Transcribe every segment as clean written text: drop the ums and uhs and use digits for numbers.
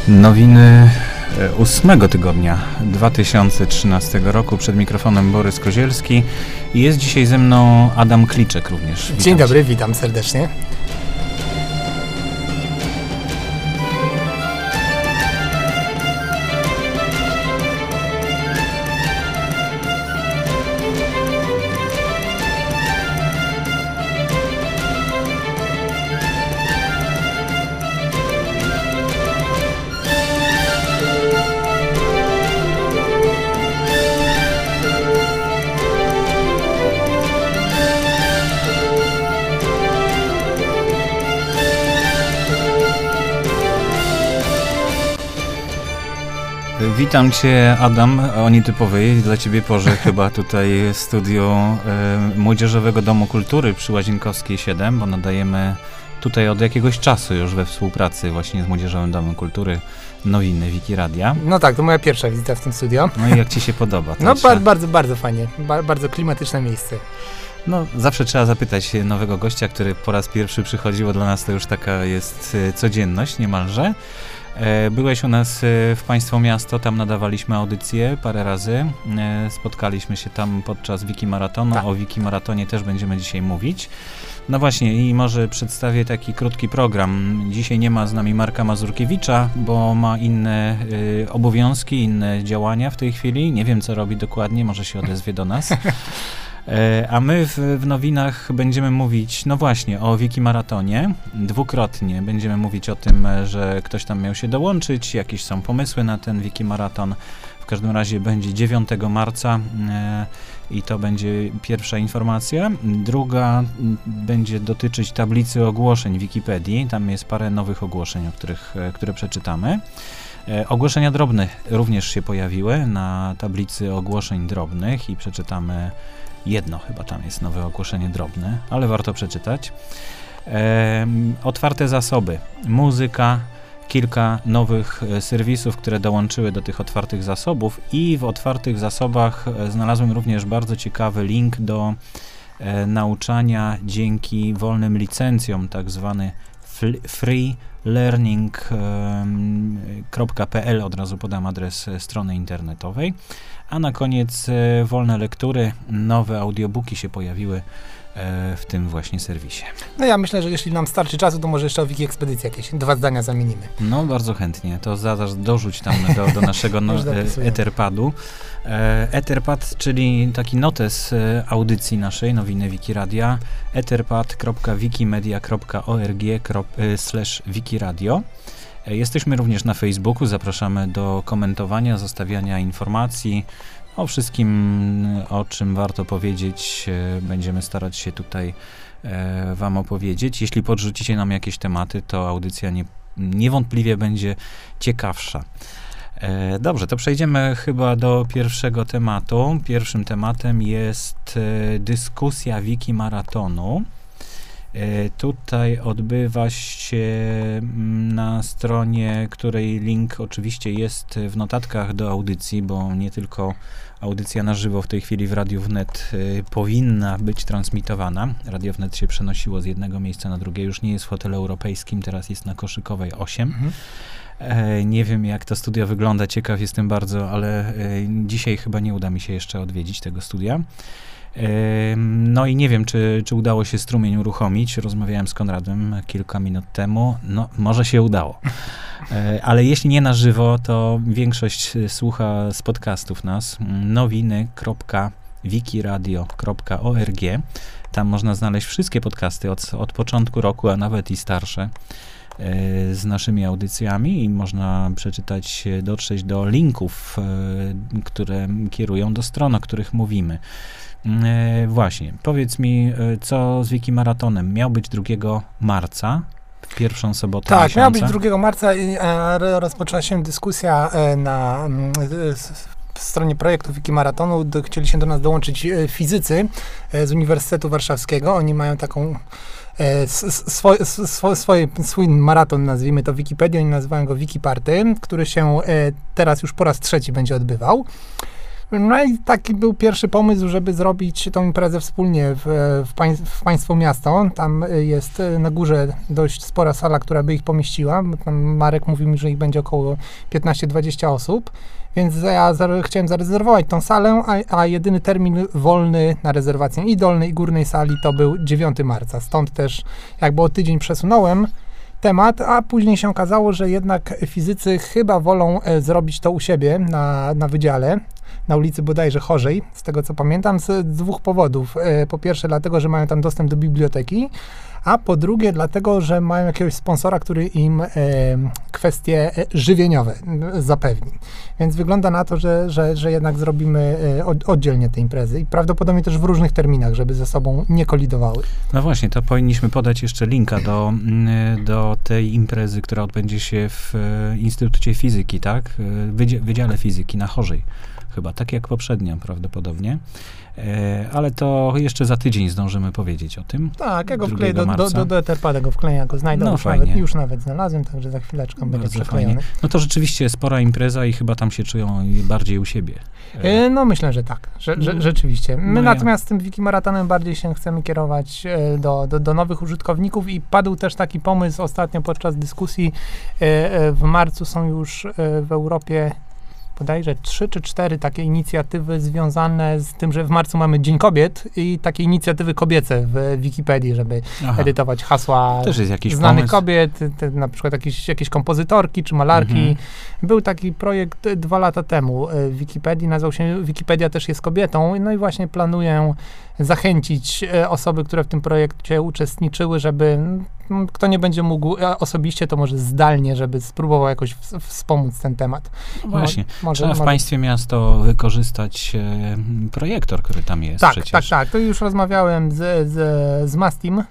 Nowiny 8 tygodnia 2013 roku. Przed mikrofonem Borys Kozielski i jest dzisiaj ze mną Adam Kliczek również. Witam Dzień dobry, witam serdecznie. Witam Cię, Adam, o nietypowej dla Ciebie porze chyba tutaj w studiu Młodzieżowego Domu Kultury przy Łazienkowskiej 7, bo nadajemy tutaj od jakiegoś czasu już we współpracy właśnie z Młodzieżowym Domem Kultury nowiny Wikiradia. No tak, to moja pierwsza wizyta w tym studio. No i jak Ci się podoba? No bardzo fajnie, bardzo klimatyczne miejsce. No, zawsze trzeba zapytać nowego gościa, który po raz pierwszy przychodził, bo dla nas to już taka jest codzienność niemalże. Byłeś u nas w Państwo Miasto, tam nadawaliśmy audycję parę razy. Spotkaliśmy się tam podczas Wikimaratonu. Tak. O Wikimaratonie też będziemy dzisiaj mówić. No właśnie, i może przedstawię taki krótki program. Dzisiaj nie ma z nami Marka Mazurkiewicza, bo ma inne obowiązki, inne działania w tej chwili. Nie wiem, co robi dokładnie, może się odezwie do nas. A my w nowinach będziemy mówić, no właśnie, o Wikimaratonie. Dwukrotnie będziemy mówić o tym, że ktoś tam miał się dołączyć, jakieś są pomysły na ten Wikimaraton. W każdym razie będzie 9 marca i to będzie pierwsza informacja. Druga będzie dotyczyć tablicy ogłoszeń Wikipedii. Tam jest parę nowych ogłoszeń, które przeczytamy. Ogłoszenia drobne również się pojawiły na tablicy ogłoszeń drobnych i przeczytamy jedno, chyba tam jest nowe ogłoszenie drobne, ale warto przeczytać. Otwarte zasoby, muzyka, kilka nowych serwisów, które dołączyły do tych otwartych zasobów i w otwartych zasobach znalazłem również bardzo ciekawy link do nauczania dzięki wolnym licencjom, tak zwany freelearning.pl, od razu podam adres strony internetowej. A na koniec wolne lektury, nowe audiobooki się pojawiły w tym właśnie serwisie. No ja myślę, że jeśli nam starczy czasu, to może jeszcze o Wiki Ekspedycji jakieś 2 zdania zamienimy. No bardzo chętnie, to zaraz dorzuć tam do naszego Etherpadu. Etherpad, czyli taki notes audycji naszej, nowiny Wikiradia, etherpad.wikimedia.org/wikiradio. Jesteśmy również na Facebooku, zapraszamy do komentowania, zostawiania informacji o wszystkim, o czym warto powiedzieć. Będziemy starać się tutaj Wam opowiedzieć. Jeśli podrzucicie nam jakieś tematy, to audycja niewątpliwie będzie ciekawsza. Dobrze, to przejdziemy chyba do pierwszego tematu. Pierwszym tematem jest dyskusja Wikimaratonu. Tutaj odbywa się na stronie, której link oczywiście jest w notatkach do audycji, bo nie tylko audycja na żywo w tej chwili w Radiu Wnet powinna być transmitowana. Radio Wnet się przenosiło z jednego miejsca na drugie, już nie jest w hotelu europejskim, teraz jest na Koszykowej 8. Nie wiem, jak to studio wygląda, ciekaw jestem bardzo, ale dzisiaj chyba nie uda mi się jeszcze odwiedzić tego studia. No i nie wiem, czy udało się strumień uruchomić. Rozmawiałem z Konradem kilka minut temu. No, może się udało. Ale jeśli nie na żywo, to większość słucha z podcastów nas. nowiny.wikiradio.org. Tam można znaleźć wszystkie podcasty od początku roku, a nawet i starsze z naszymi audycjami i można przeczytać, dotrzeć do linków, które kierują do stron, o których mówimy. Właśnie, powiedz mi, co z Wikimaratonem? Miał być 2 marca, w pierwszą sobotę miesiąca. Miał być 2 marca i rozpoczęła się dyskusja na stronie projektu Wikimaratonu. Chcieli się do nas dołączyć fizycy z Uniwersytetu Warszawskiego. Oni mają taką swój maraton, nazwijmy to Wikipedią, oni nazywają go Wikiparty, który się teraz już po raz 3 będzie odbywał. No i taki był pierwszy pomysł, żeby zrobić tą imprezę wspólnie w państwo miasto. Tam jest na górze dość spora sala, która by ich pomieściła. Tam Marek mówił mi, że ich będzie około 15-20 osób. Więc ja chciałem zarezerwować tą salę, a jedyny termin wolny na rezerwację i dolnej, i górnej sali to był 9 marca. Stąd też jakby o tydzień przesunąłem temat, a później się okazało, że jednak fizycy chyba wolą zrobić to u siebie na wydziale, na ulicy bodajże Chorzej, z tego co pamiętam, z dwóch powodów. Po pierwsze dlatego, że mają tam dostęp do biblioteki, a po drugie dlatego, że mają jakiegoś sponsora, który im kwestie żywieniowe zapewni. Więc wygląda na to, że jednak zrobimy oddzielnie te imprezy i prawdopodobnie też w różnych terminach, żeby ze sobą nie kolidowały. No właśnie, to powinniśmy podać jeszcze linka do tej imprezy, która odbędzie się w Instytucie Fizyki, tak? Wydziale Fizyki na Chorzej. Chyba, tak jak poprzednio prawdopodobnie. Ale to jeszcze za tydzień zdążymy powiedzieć o tym. Tak, ja go wkleję do Etherpada, go wkleję, go znajdę. No fajnie. Już nawet znalazłem, także za chwileczkę będzie przeklejony. No to rzeczywiście spora impreza i chyba tam się czują bardziej u siebie. No myślę, że tak, rzeczywiście. My natomiast z tym Wikimaratonem bardziej się chcemy kierować do nowych użytkowników i padł też taki pomysł ostatnio podczas dyskusji. W marcu są już w Europie bodajże 3 czy 4 takie inicjatywy związane z tym, że w marcu mamy Dzień Kobiet i takie inicjatywy kobiece w Wikipedii, żeby edytować hasła znanych kobiet, na przykład jakieś kompozytorki czy malarki. Był taki projekt 2 lata temu w Wikipedii, nazywał się Wikipedia też jest kobietą, no i właśnie planuję zachęcić osoby, które w tym projekcie uczestniczyły, żeby kto nie będzie mógł osobiście, to może zdalnie, żeby spróbował jakoś wspomóc ten temat. No właśnie. Trzeba w państwie miasto wykorzystać projektor, który tam jest przecież. Tak. To już rozmawiałem z Mastim,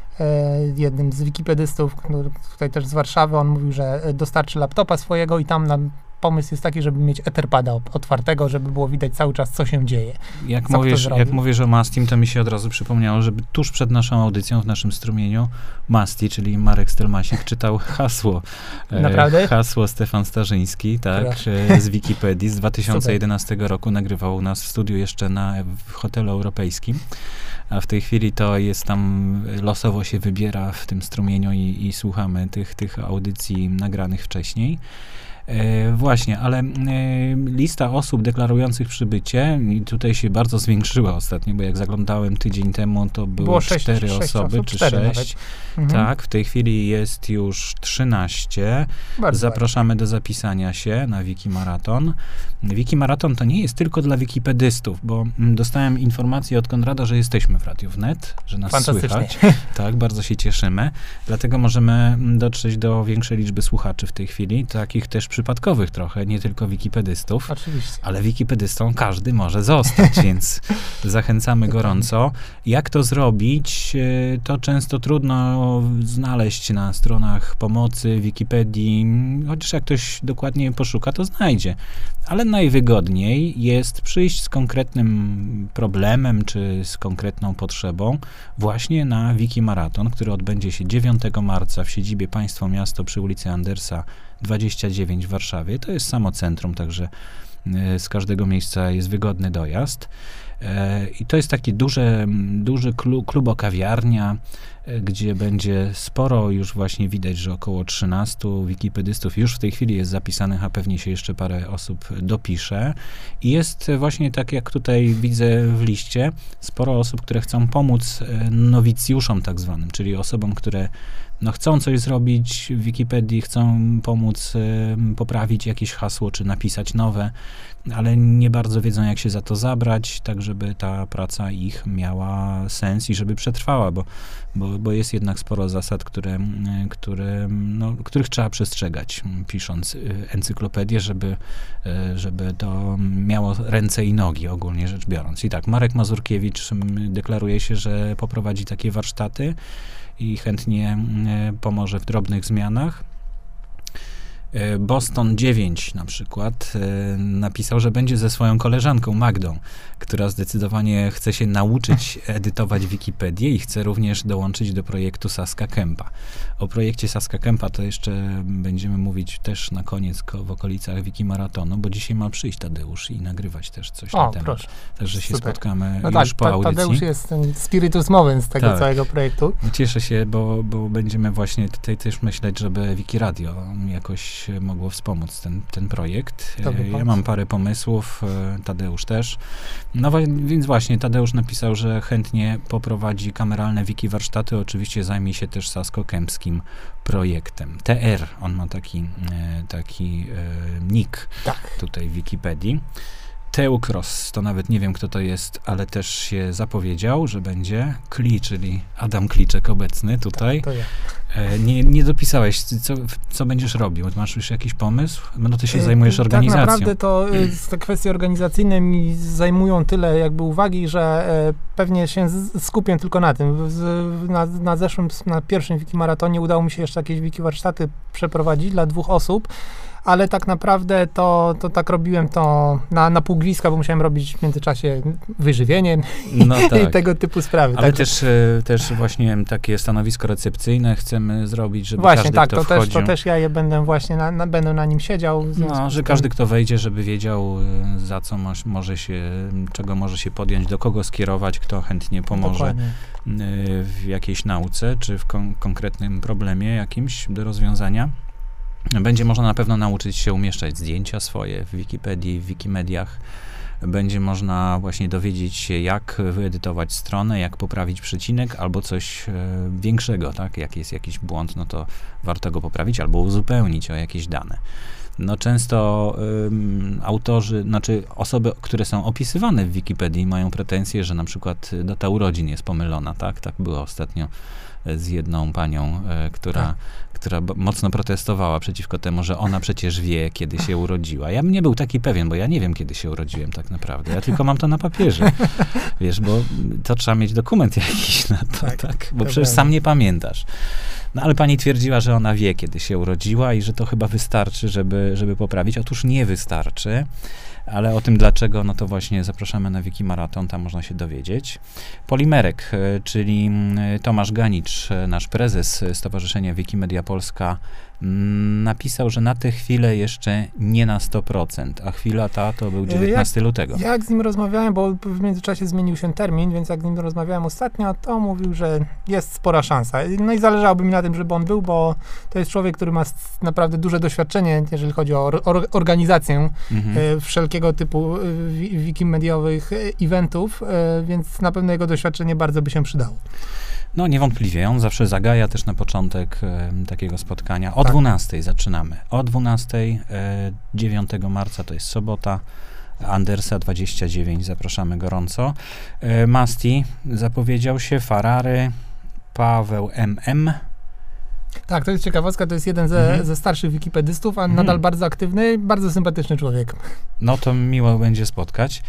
jednym z wikipedystów, tutaj też z Warszawy. On mówił, że dostarczy laptopa swojego i tam pomysł jest taki, żeby mieć Etherpada otwartego, żeby było widać cały czas, co się dzieje. Jak mówisz o Mastim, to mi się od razu przypomniało, że tuż przed naszą audycją w naszym strumieniu Masti, czyli Marek Stelmasik, czytał hasło. Naprawdę? Hasło Stefan Starzyński, tak, z Wikipedii z 2011 roku. Nagrywał u nas w studiu jeszcze w hotelu europejskim. A w tej chwili to jest tam, losowo się wybiera w tym strumieniu i słuchamy tych audycji nagranych wcześniej. Właśnie, ale lista osób deklarujących przybycie i tutaj się bardzo zwiększyła ostatnio, bo jak zaglądałem tydzień temu, to było 4 osoby, czy 6. Tak, w tej chwili jest już 13. Zapraszamy do zapisania się na Wikimaraton. Wikimaraton to nie jest tylko dla wikipedystów, bo dostałem informację od Konrada, że jesteśmy w Radiu Wnet, że nas słychać. Tak, bardzo się cieszymy. Dlatego możemy dotrzeć do większej liczby słuchaczy w tej chwili, takich też przypadkowych trochę, nie tylko wikipedystów. Oczywiście. Ale wikipedystą każdy może zostać, więc zachęcamy gorąco. Jak to zrobić? To często trudno znaleźć na stronach pomocy Wikipedii, chociaż jak ktoś dokładnie poszuka, to znajdzie. Ale najwygodniej jest przyjść z konkretnym problemem, czy z konkretną potrzebą właśnie na Wikimaraton, który odbędzie się 9 marca w siedzibie Państwo Miasto przy ulicy Andersa 29 w Warszawie. To jest samo centrum, także z każdego miejsca jest wygodny dojazd. I to jest taki duży klubo-kawiarnia, gdzie będzie sporo, już właśnie widać, że około 13 wikipedystów już w tej chwili jest zapisanych, a pewnie się jeszcze parę osób dopisze. I jest właśnie tak, jak tutaj widzę w liście, sporo osób, które chcą pomóc nowicjuszom tak zwanym, czyli osobom, które chcą coś zrobić w Wikipedii, chcą pomóc poprawić jakieś hasło, czy napisać nowe, ale nie bardzo wiedzą, jak się za to zabrać, tak żeby ta praca ich miała sens i żeby przetrwała, bo jest jednak sporo zasad, których trzeba przestrzegać, pisząc encyklopedię, żeby to miało ręce i nogi, ogólnie rzecz biorąc. I tak, Marek Mazurkiewicz deklaruje się, że poprowadzi takie warsztaty i chętnie pomoże w drobnych zmianach. Boston 9 na przykład napisał, że będzie ze swoją koleżanką Magdą, która zdecydowanie chce się nauczyć edytować Wikipedię i chce również dołączyć do projektu Saska Kempa. O projekcie Saska Kempa to jeszcze będziemy mówić też na koniec w okolicach Wikimaratonu, bo dzisiaj ma przyjść Tadeusz i nagrywać też coś na temat. Proszę. Także się spotkamy już po audycji. Tadeusz jest ten spiritus movens tego całego projektu. Cieszę się, bo będziemy właśnie tutaj też myśleć, żeby Wikiradio jakoś mogło wspomóc ten projekt. Ja mam parę pomysłów, Tadeusz też. No więc właśnie, Tadeusz napisał, że chętnie poprowadzi kameralne wiki warsztaty, oczywiście zajmie się też sasko-kempskim projektem. TR, on ma taki nick tutaj w Wikipedii. Teukros, to nawet nie wiem, kto to jest, ale też się zapowiedział, że będzie. Kli, czyli Adam Kliczek obecny tutaj. Tak, to ja. Nie dopisałeś, co będziesz robił? Masz już jakiś pomysł? No ty się zajmujesz organizacją. Tak naprawdę to te kwestie organizacyjne mi zajmują tyle jakby uwagi, że pewnie się skupię tylko na tym. Na pierwszym Wikimaratonie udało mi się jeszcze jakieś wiki warsztaty przeprowadzić dla 2 osób, ale tak naprawdę to tak robiłem to na półgwiska, bo musiałem robić w międzyczasie wyżywienie i tego typu sprawy. Ale też właśnie takie stanowisko recepcyjne chcemy zrobić, żeby właśnie, każdy, kto wchodził... to też ja je będę właśnie, będę na nim siedział. Że każdy, kto wejdzie, żeby wiedział, za co czego może się podjąć, do kogo skierować, kto chętnie pomoże. Dokładnie. W jakiejś nauce, czy w konkretnym problemie jakimś do rozwiązania. Będzie można na pewno nauczyć się umieszczać zdjęcia swoje w Wikipedii, w Wikimediach. Będzie można właśnie dowiedzieć się, jak wyedytować stronę, jak poprawić przecinek, albo coś większego, tak? Jak jest jakiś błąd, no to warto go poprawić albo uzupełnić o jakieś dane. No często autorzy, osoby, które są opisywane w Wikipedii, mają pretensje, że na przykład data urodzin jest pomylona, tak? Tak było ostatnio z jedną panią, która mocno protestowała przeciwko temu, że ona przecież wie, kiedy się urodziła. Ja bym nie był taki pewien, bo ja nie wiem, kiedy się urodziłem tak naprawdę. Ja tylko mam to na papierze. Wiesz, bo to trzeba mieć dokument jakiś na to, tak? Bo przecież sam nie pamiętasz. No ale pani twierdziła, że ona wie, kiedy się urodziła i że to chyba wystarczy, żeby poprawić. Otóż nie wystarczy. Ale o tym dlaczego, no to właśnie zapraszamy na Wikimaraton, tam można się dowiedzieć. Polimerek, czyli Tomasz Ganicz, nasz prezes Stowarzyszenia Wikimedia Polska, napisał, że na tę chwilę jeszcze nie na 100%, a chwila ta to był 19 lutego. Jak z nim rozmawiałem, bo w międzyczasie zmienił się termin, więc jak z nim rozmawiałem ostatnio, to mówił, że jest spora szansa. No i zależałoby mi na tym, żeby on był, bo to jest człowiek, który ma naprawdę duże doświadczenie, jeżeli chodzi o organizację wszelkiego typu wikimediowych eventów, więc na pewno jego doświadczenie bardzo by się przydało. No niewątpliwie, on zawsze zagaja też na początek takiego spotkania. O 12 zaczynamy. O 12, 9 marca to jest sobota, Andersa 29, zapraszamy gorąco. Masti zapowiedział się, Farary, Paweł MM. Tak, to jest ciekawostka, to jest jeden ze starszych wikipedystów, a nadal bardzo aktywny, bardzo sympatyczny człowiek. No to miło będzie spotkać.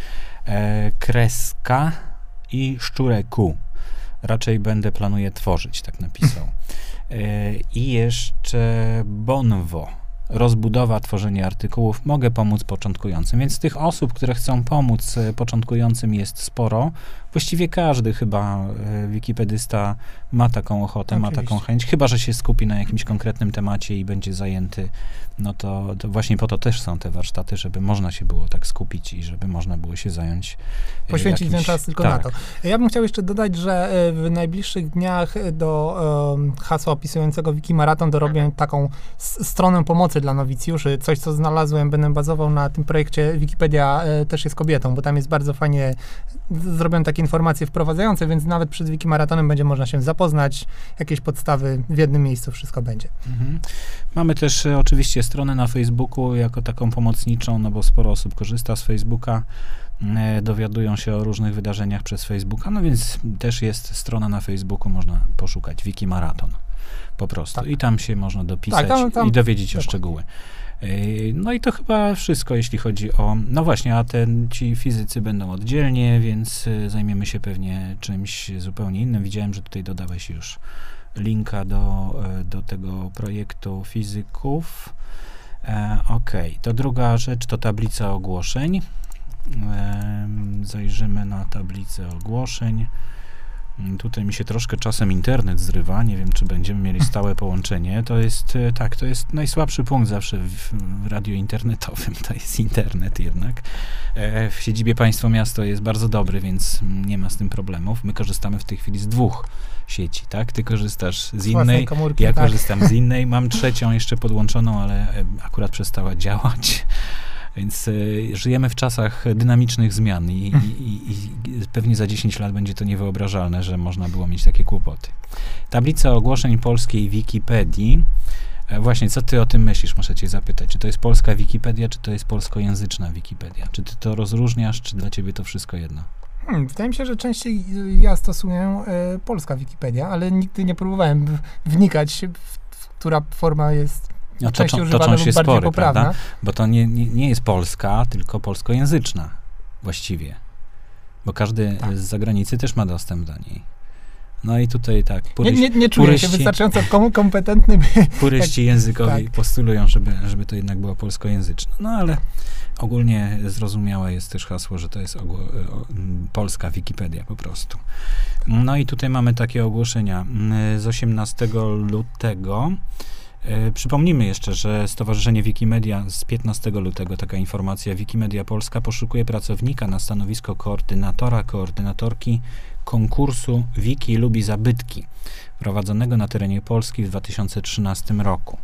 Kreska i Szczureku. Raczej planuję tworzyć, tak napisał. I jeszcze Bonwo. Rozbudowa, tworzenie artykułów. Mogę pomóc początkującym. Więc tych osób, które chcą pomóc początkującym jest sporo. Właściwie każdy chyba wikipedysta ma taką ochotę, ma taką chęć. Chyba że się skupi na jakimś konkretnym temacie i będzie zajęty. No to właśnie po to też są te warsztaty, żeby można się było tak skupić i żeby można było się zająć. Poświęcić ten czas tylko na to. Ja bym chciał jeszcze dodać, że w najbliższych dniach do hasła opisującego Wikimaraton dorobię taką stronę pomocy dla nowicjuszy. Coś, co znalazłem, będę bazował na tym projekcie Wikipedia też jest kobietą, bo tam jest bardzo fajnie zrobione takie informacje wprowadzające, więc nawet przed Wikimaratonem będzie można się zapoznać, jakieś podstawy w jednym miejscu, wszystko będzie. Mamy też oczywiście stronę na Facebooku jako taką pomocniczą, no bo sporo osób korzysta z Facebooka, dowiadują się o różnych wydarzeniach przez Facebooka, no więc też jest strona na Facebooku, można poszukać Wikimaraton po prostu. Tak. I tam się można dopisać i dowiedzieć się o szczegóły. No i to chyba wszystko, jeśli chodzi o... No właśnie, a ci fizycy będą oddzielnie, więc zajmiemy się pewnie czymś zupełnie innym. Widziałem, że tutaj dodałeś już linka do tego projektu fizyków. Okej, to druga rzecz to tablica ogłoszeń. Zajrzymy na tablicę ogłoszeń. Tutaj mi się troszkę czasem internet zrywa, nie wiem, czy będziemy mieli stałe połączenie. To jest, to jest najsłabszy punkt zawsze w radiu internetowym, to jest internet jednak. W siedzibie Państwo Miasto jest bardzo dobry, więc nie ma z tym problemów. My korzystamy w tej chwili z 2 sieci, tak? Ty korzystasz z innej, komórki, ja tak. korzystam z innej, mam 3 jeszcze podłączoną, ale akurat przestała działać. Więc żyjemy w czasach dynamicznych zmian i pewnie za 10 lat będzie to niewyobrażalne, że można było mieć takie kłopoty. Tablica ogłoszeń polskiej Wikipedii. Właśnie, co ty o tym myślisz? Muszę cię zapytać. Czy to jest polska Wikipedia, czy to jest polskojęzyczna Wikipedia? Czy ty to rozróżniasz, czy dla ciebie to wszystko jedno? Wydaje mi się, że częściej ja stosuję polska Wikipedia, ale nigdy nie próbowałem wnikać, która forma jest częściej używana lub bardziej spory, poprawna. Prawda? Bo to nie jest polska, tylko polskojęzyczna właściwie. Bo każdy z zagranicy też ma dostęp do niej. No i tutaj tak. Nie czuję się wystarczająco kompetentny. Puryści językowi postulują, żeby to jednak była polskojęzyczna. No ale ogólnie zrozumiałe jest też hasło, że to jest polska Wikipedia po prostu. No i tutaj mamy takie ogłoszenia z 18 lutego. Przypomnimy jeszcze, że Stowarzyszenie Wikimedia z 15 lutego, taka informacja, Wikimedia Polska poszukuje pracownika na stanowisko koordynatorki konkursu Wiki lubi zabytki, prowadzonego na terenie Polski w 2013 roku.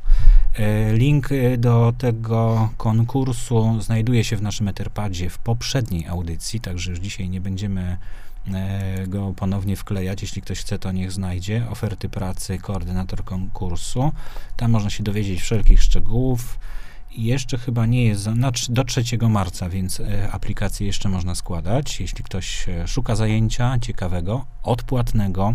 Link do tego konkursu znajduje się w naszym Etherpadzie w poprzedniej audycji, także już dzisiaj nie będziemy go ponownie wklejać. Jeśli ktoś chce, to niech znajdzie oferty pracy, koordynator konkursu. Tam można się dowiedzieć wszelkich szczegółów. I jeszcze chyba nie jest do 3 marca, więc aplikację jeszcze można składać. Jeśli ktoś szuka zajęcia ciekawego, odpłatnego,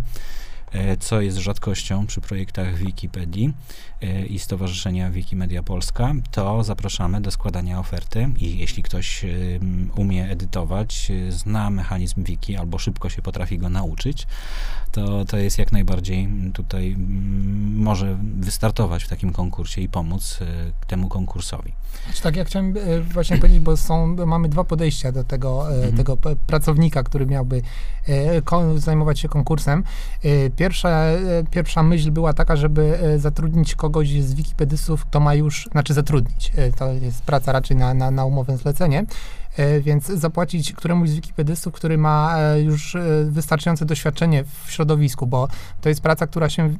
co jest rzadkością przy projektach Wikipedii i Stowarzyszenia Wikimedia Polska, to zapraszamy do składania oferty i jeśli ktoś umie edytować, zna mechanizm wiki albo szybko się potrafi go nauczyć, to jest jak najbardziej tutaj może wystartować w takim konkursie i pomóc temu konkursowi. Tak, ja chciałem właśnie powiedzieć, bo mamy 2 podejścia do tego pracownika, który miałby zajmować się konkursem. Pierwsza myśl była taka, żeby zatrudnić kogoś z wikipedystów, kto ma już, zatrudnić. To jest praca raczej na umowę zlecenie, więc zapłacić któremuś z wikipedystów, który ma już wystarczające doświadczenie w środowisku, bo to jest praca, która się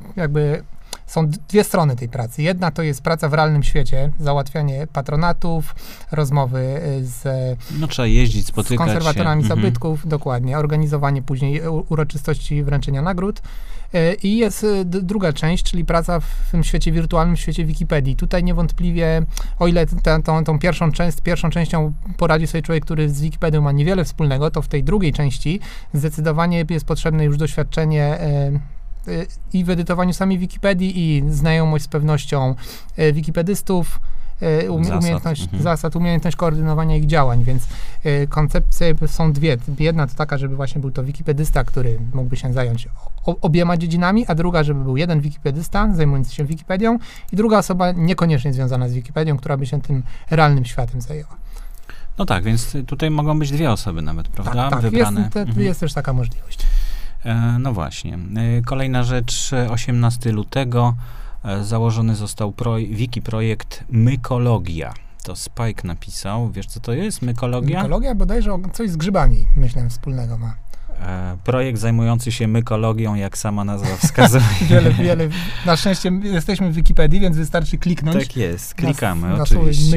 są 2 strony tej pracy. Jedna to jest praca w realnym świecie, załatwianie patronatów, rozmowy trzeba jeździć, spotykać z konserwatorami się. zabytków, dokładnie, organizowanie później uroczystości wręczenia nagród. I jest druga część, czyli praca w tym świecie wirtualnym, w świecie Wikipedii. Tutaj niewątpliwie, o ile tą pierwszą częścią poradzi sobie człowiek, który z Wikipedią ma niewiele wspólnego, to w tej drugiej części zdecydowanie jest potrzebne już doświadczenie i w edytowaniu samej Wikipedii, i znajomość z pewnością wikipedystów, umiejętność koordynowania ich działań, więc koncepcje są 2. Jedna to taka, żeby właśnie był to wikipedysta, który mógłby się zająć obiema dziedzinami, a druga, żeby był jeden wikipedysta zajmujący się Wikipedią i druga osoba niekoniecznie związana z Wikipedią, która by się tym realnym światem zajęła. No tak, więc tutaj mogą być 2 osoby nawet, prawda? Tak, wybrane. Jest też taka możliwość. No właśnie. Kolejna rzecz, 18 lutego założony został wikiprojekt Mykologia. To Spike napisał. Wiesz, co to jest? Mykologia? Mykologia bodajże coś z grzybami, myślę, wspólnego ma. Projekt zajmujący się mykologią, jak sama nazwa wskazuje. wiele. Na szczęście jesteśmy w Wikipedii, więc wystarczy kliknąć. Tak jest, klikamy oczywiście.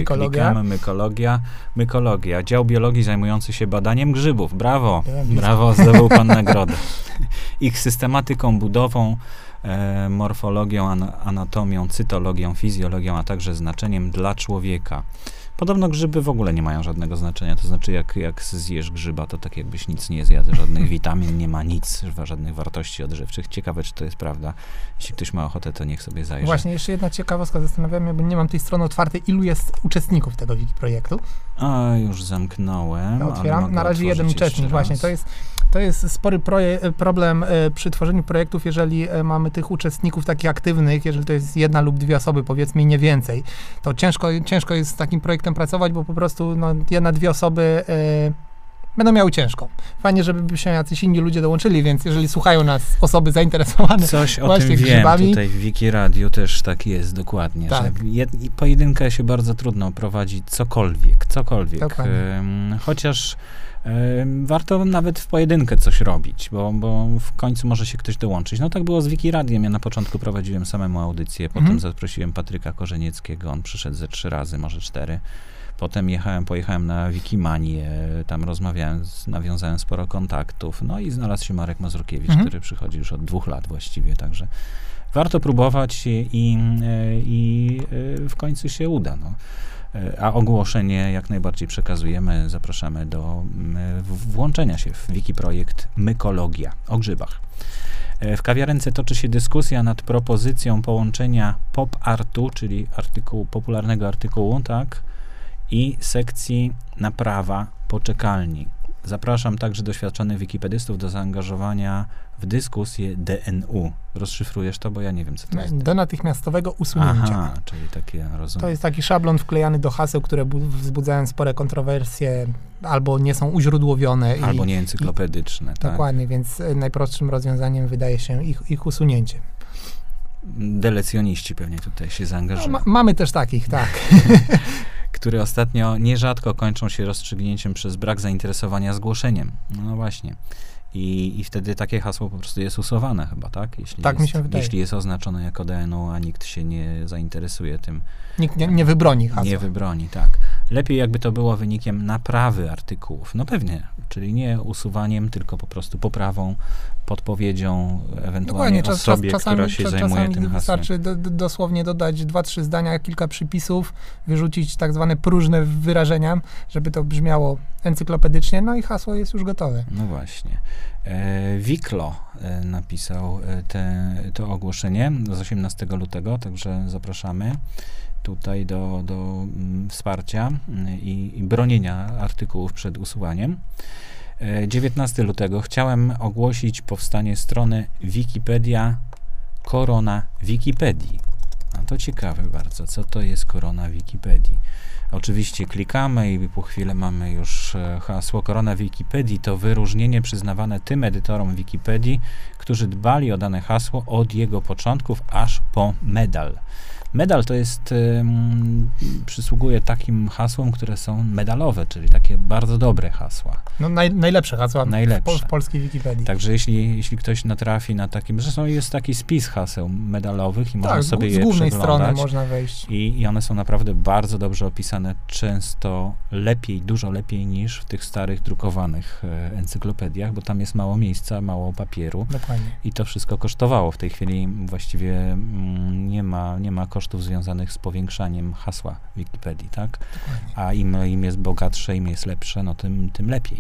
Mykologia. Dział biologii zajmujący się badaniem grzybów. Brawo, zdobył pan nagrodę. Ich systematyką, budową, morfologią, anatomią, cytologią, fizjologią, a także znaczeniem dla człowieka. Podobno grzyby w ogóle nie mają żadnego znaczenia, to znaczy jak zjesz grzyba, to tak jakbyś nic nie zjadł, żadnych witamin, nie ma nic, żadnych wartości odżywczych. Ciekawe, czy to jest prawda. Jeśli ktoś ma ochotę, to niech sobie zajrzy. Właśnie, jeszcze jedna ciekawostka, zastanawiam się, bo nie mam tej strony otwartej, ilu jest uczestników tego Wiki projektu. Już zamknąłem. Ja otwieram, na razie jeden uczestnik, właśnie, to jest To jest spory problem przy tworzeniu projektów, jeżeli mamy tych uczestników takich aktywnych, jeżeli to jest 1 lub 2 osoby, powiedzmy, i nie więcej. To ciężko jest z takim projektem pracować, bo po prostu 1-2 osoby będą miały ciężko. Fajnie, żeby się jacyś inni ludzie dołączyli, więc jeżeli słuchają nas osoby zainteresowane coś o właśnie tym grzybami. wiem, tutaj w Wiki Radio też tak jest, dokładnie, Tak. że pojedynkę się bardzo trudno prowadzić, cokolwiek. Chociaż warto nawet w pojedynkę coś robić, bo w końcu może się ktoś dołączyć. No tak było z Wiki Radiem. Ja na początku prowadziłem samemu audycję, potem zaprosiłem Patryka Korzenieckiego, on przyszedł ze 3 razy, może 4. Potem pojechałem na Wikimanię, tam nawiązałem sporo kontaktów, no i znalazł się Marek Mazurkiewicz, który przychodzi już od 2 lat właściwie, także warto próbować i w końcu się uda, no. A ogłoszenie jak najbardziej przekazujemy, zapraszamy do włączenia się w Wikiprojekt Mykologia o grzybach. W kawiarence toczy się dyskusja nad propozycją połączenia pop-artu, czyli popularnego artykułu, tak, i sekcji naprawa poczekalni. Zapraszam także doświadczonych wikipedystów do zaangażowania w dyskusję DNU. Rozszyfrujesz to, bo ja nie wiem, co to jest. Do natychmiastowego usunięcia. Aha, czyli takie, rozumiem. To jest taki szablon wklejany do haseł, które wzbudzają spore kontrowersje, albo nie są uźródłowione. Albo nieencyklopedyczne. Tak? Dokładnie, więc najprostszym rozwiązaniem wydaje się ich usunięcie. Delecjoniści pewnie tutaj się zaangażują. No, mamy też takich, tak. Które ostatnio nierzadko kończą się rozstrzygnięciem przez brak zainteresowania zgłoszeniem. No właśnie. I wtedy takie hasło po prostu jest usuwane chyba, tak? Mi się wydaje. Jeśli jest oznaczone jako DNU, a nikt się nie zainteresuje tym. Nikt nie wybroni hasła. Nie wybroni, tak. Lepiej jakby to było wynikiem naprawy artykułów. No pewnie, czyli nie usuwaniem, tylko po prostu poprawą, podpowiedzią, ewentualnie osobie, która się zajmuje tym hasłem. Wystarczy dosłownie dodać 2-3 zdania, kilka przypisów, wyrzucić tak zwane próżne wyrażenia, żeby to brzmiało encyklopedycznie, no i hasło jest już gotowe. No właśnie. Wiklo napisał to ogłoszenie z 18 lutego, także zapraszamy tutaj do wsparcia i bronienia artykułów przed usuwaniem. 19 lutego chciałem ogłosić powstanie strony Wikipedia Korona Wikipedii. A to ciekawe bardzo, co to jest Korona Wikipedii. Oczywiście klikamy i po chwilę mamy już hasło. Korona Wikipedii to wyróżnienie przyznawane tym edytorom Wikipedii, którzy dbali o dane hasło od jego początków aż po medal. Medal to jest, przysługuje takim hasłom, które są medalowe, czyli takie bardzo dobre hasła. No najlepsze hasła w polskiej Wikipedii. Także jeśli ktoś natrafi na takim, zresztą jest taki spis haseł medalowych i można sobie je z głównej przeglądać. strony można wejść. I one są naprawdę bardzo dobrze opisane, często lepiej, dużo lepiej niż w tych starych, drukowanych encyklopediach, bo tam jest mało miejsca, mało papieru. Dokładnie. I to wszystko kosztowało. W tej chwili właściwie nie ma kosztów związanych z powiększaniem hasła Wikipedii, tak? Dokładnie. A im jest bogatsze, im jest lepsze, no tym lepiej.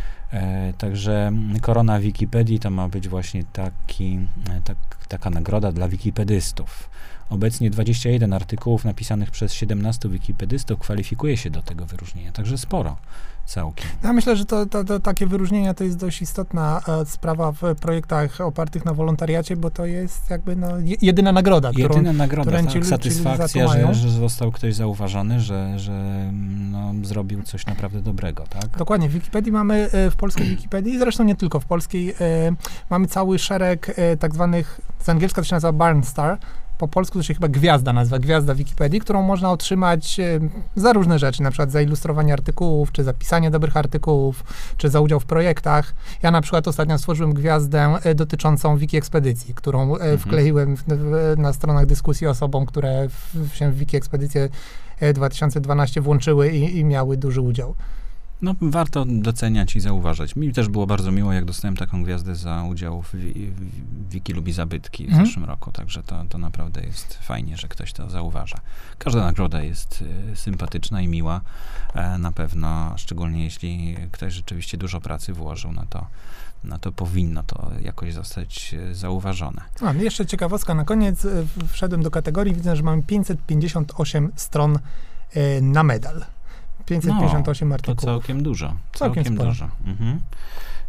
Także Korona Wikipedii to ma być właśnie taka nagroda dla wikipedystów. Obecnie 21 artykułów napisanych przez 17 wikipedystów kwalifikuje się do tego wyróżnienia, także sporo całkiem. Ja myślę, że to takie wyróżnienia to jest dość istotna sprawa w projektach opartych na wolontariacie, bo to jest jakby jedyna nagroda, którą tak, satysfakcja, że został ktoś zauważony, że zrobił coś naprawdę dobrego, tak? Dokładnie. W Wikipedii mamy, w polskiej Wikipedii, zresztą nie tylko w polskiej, mamy cały szereg tak zwanych, z angielska to się nazywa Barn Star, po polsku to się chyba gwiazda Wikipedii, którą można otrzymać za różne rzeczy, na przykład za ilustrowanie artykułów, czy za pisanie dobrych artykułów, czy za udział w projektach. Ja na przykład ostatnio stworzyłem gwiazdę dotyczącą Wikiekspedycji, którą wkleiłem na stronach dyskusji osobom, które się w Wikiekspedycję 2012 włączyły i miały duży udział. No, warto doceniać i zauważać. Mi też było bardzo miło, jak dostałem taką gwiazdę za udział w Wiki lubi zabytki w zeszłym roku, także to naprawdę jest fajnie, że ktoś to zauważa. Każda nagroda jest sympatyczna i miła, na pewno, szczególnie jeśli ktoś rzeczywiście dużo pracy włożył na to powinno to jakoś zostać zauważone. Jeszcze ciekawostka na koniec. Wszedłem do kategorii, widzę, że mamy 558 stron na medal. 558 artykułów. To całkiem dużo. Całkiem dużo.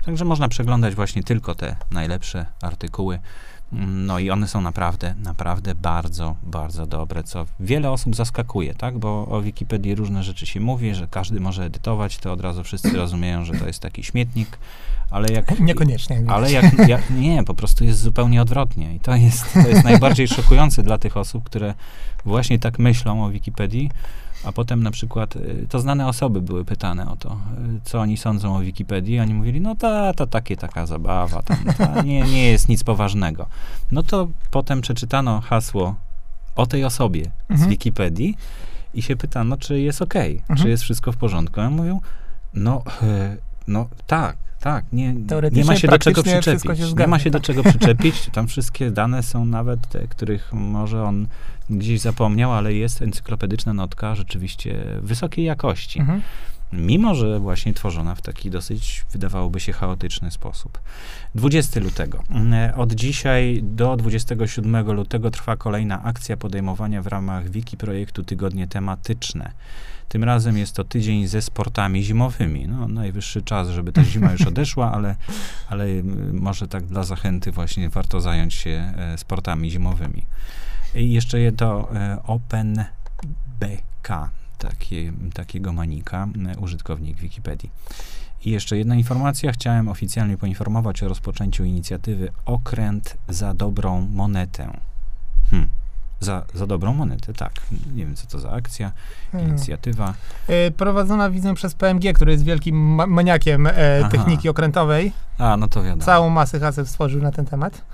Także można przeglądać właśnie tylko te najlepsze artykuły. No i one są naprawdę, naprawdę bardzo, bardzo dobre, co wiele osób zaskakuje, tak? Bo o Wikipedii różne rzeczy się mówi, że każdy może edytować, to od razu wszyscy rozumieją, że to jest taki śmietnik, ale jak... Niekoniecznie. Ale nie, po prostu jest zupełnie odwrotnie i to jest najbardziej szokujące dla tych osób, które właśnie tak myślą o Wikipedii, a potem na przykład, to znane osoby były pytane o to, co oni sądzą o Wikipedii, oni mówili, no to taka zabawa, nie jest nic poważnego. No to potem przeczytano hasło o tej osobie z Wikipedii i się pytano, czy jest okej, czy jest wszystko w porządku. A mówią, tak, nie ma się do czego przyczepić. Nie ma się do czego przyczepić. Tam wszystkie dane są nawet te, których może on gdzieś zapomniał, ale jest encyklopedyczna notka rzeczywiście wysokiej jakości. Mimo że właśnie tworzona w taki dosyć, wydawałoby się, chaotyczny sposób. 20 lutego. Od dzisiaj do 27 lutego trwa kolejna akcja podejmowania w ramach Wiki projektu Tygodnie Tematyczne. Tym razem jest to tydzień ze sportami zimowymi. No, najwyższy czas, żeby ta zima już odeszła, ale może tak dla zachęty właśnie warto zająć się sportami zimowymi. I jeszcze jedno OpenBK, takiego manika, użytkownik Wikipedii. I jeszcze jedna informacja. Chciałem oficjalnie poinformować o rozpoczęciu inicjatywy Okręt za dobrą monetę. Za dobrą monetę, tak. Nie wiem, co to za akcja, inicjatywa. Prowadzona, widzę, przez PMG, który jest wielkim maniakiem techniki okrętowej. No to wiadomo. Całą masę haseł stworzył na ten temat.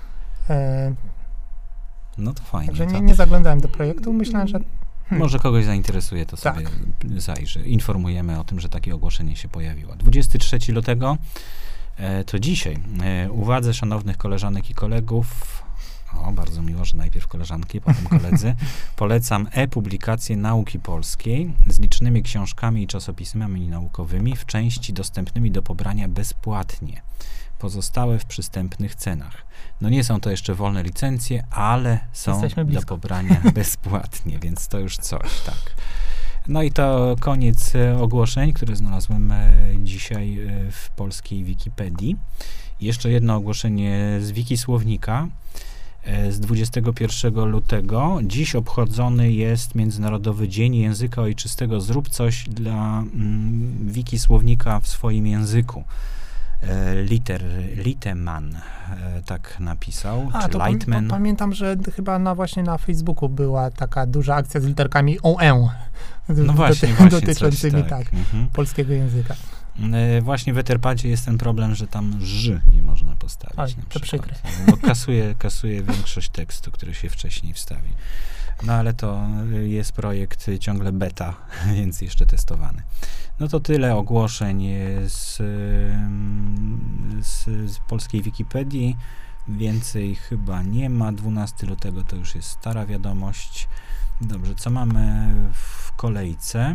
No to fajnie. Także nie zaglądałem do projektu, myślałem, że... Może kogoś zainteresuje, to sobie zajrzy. Informujemy o tym, że takie ogłoszenie się pojawiło. 23 lutego, to dzisiaj, uwadze szanownych koleżanek i kolegów, bardzo miło, że najpierw koleżanki, potem koledzy, polecam e-publikację nauki polskiej z licznymi książkami i czasopismami naukowymi w części dostępnymi do pobrania bezpłatnie. Pozostałe w przystępnych cenach. No nie są to jeszcze wolne licencje, ale są do pobrania bezpłatnie, więc to już coś, tak. No i to koniec ogłoszeń, które znalazłem dzisiaj w polskiej Wikipedii. Jeszcze jedno ogłoszenie z Wikisłownika z 21 lutego. Dziś obchodzony jest Międzynarodowy Dzień Języka Ojczystego. Zrób coś dla Wikisłownika w swoim języku. Liteman tak napisał, czy Lightman. Pamiętam, że chyba właśnie na Facebooku była taka duża akcja z literkami OE. No właśnie, dotyczącymi polskiego języka. Właśnie w Etherpadzie jest ten problem, że tam ż nie można postawić. To przykre. Bo kasuje większość tekstu, który się wcześniej wstawi. No ale to jest projekt ciągle beta, więc jeszcze testowany. No to tyle ogłoszeń z polskiej Wikipedii. Więcej chyba nie ma. 12 lutego to już jest stara wiadomość. Dobrze, co mamy w kolejce?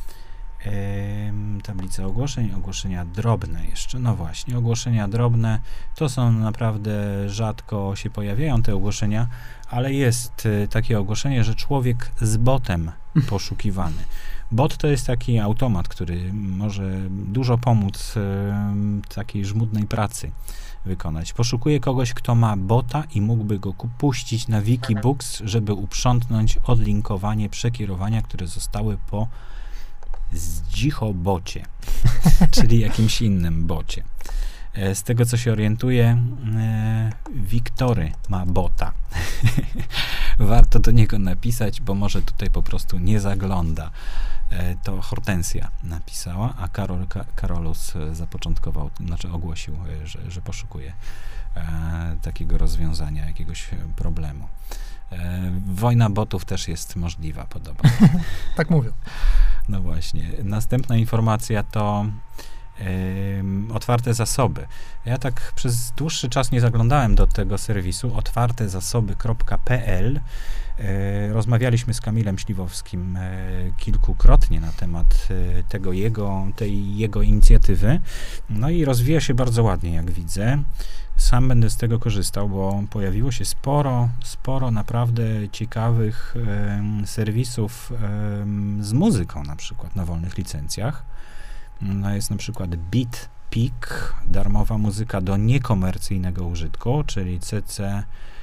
Tablica ogłoszeń, ogłoszenia drobne jeszcze. No właśnie, ogłoszenia drobne to są naprawdę rzadko się pojawiają te ogłoszenia, ale jest takie ogłoszenie, że człowiek z botem poszukiwany. Bot to jest taki automat, który może dużo pomóc takiej żmudnej pracy wykonać. Poszukuje kogoś, kto ma bota i mógłby go puścić na Wikibooks, żeby uprzątnąć odlinkowanie przekierowania, które zostały po Zdzichobocie, czyli jakimś innym bocie. Z tego, co się orientuję, Wiktory ma bota. Warto do niego napisać, bo może tutaj po prostu nie zagląda. To Hortensja napisała, a Karolus zapoczątkował, ogłosił, że poszukuje takiego rozwiązania, jakiegoś problemu. Wojna botów też jest możliwa, podobno. Tak mówią. No właśnie. Następna informacja to otwarte zasoby. Ja tak przez dłuższy czas nie zaglądałem do tego serwisu otwartezasoby.pl. Rozmawialiśmy z Kamilem Śliwowskim kilkukrotnie na temat tej jego inicjatywy. No i rozwija się bardzo ładnie, jak widzę. Sam będę z tego korzystał, bo pojawiło się sporo naprawdę ciekawych serwisów z muzyką, na przykład na wolnych licencjach. No jest na przykład PIK, darmowa muzyka do niekomercyjnego użytku, czyli CC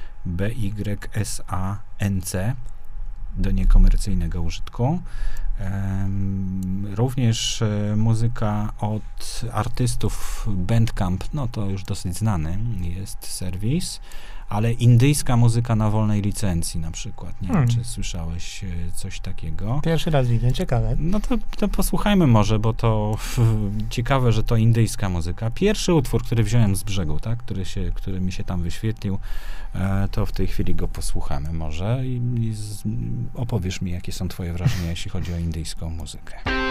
BYSANC do niekomercyjnego użytku. Również muzyka od artystów Bandcamp, no to już dosyć znany jest serwis, ale indyjska muzyka na wolnej licencji na przykład. Nie wiem, czy słyszałeś coś takiego. Pierwszy raz widzę, ciekawe. No to posłuchajmy może, bo to ciekawe, że to indyjska muzyka. Pierwszy utwór, który wziąłem z brzegu, tak, który mi się tam wyświetlił, to w tej chwili go posłuchamy może i opowiesz mi, jakie są twoje wrażenia, jeśli chodzi o indyjską muzykę.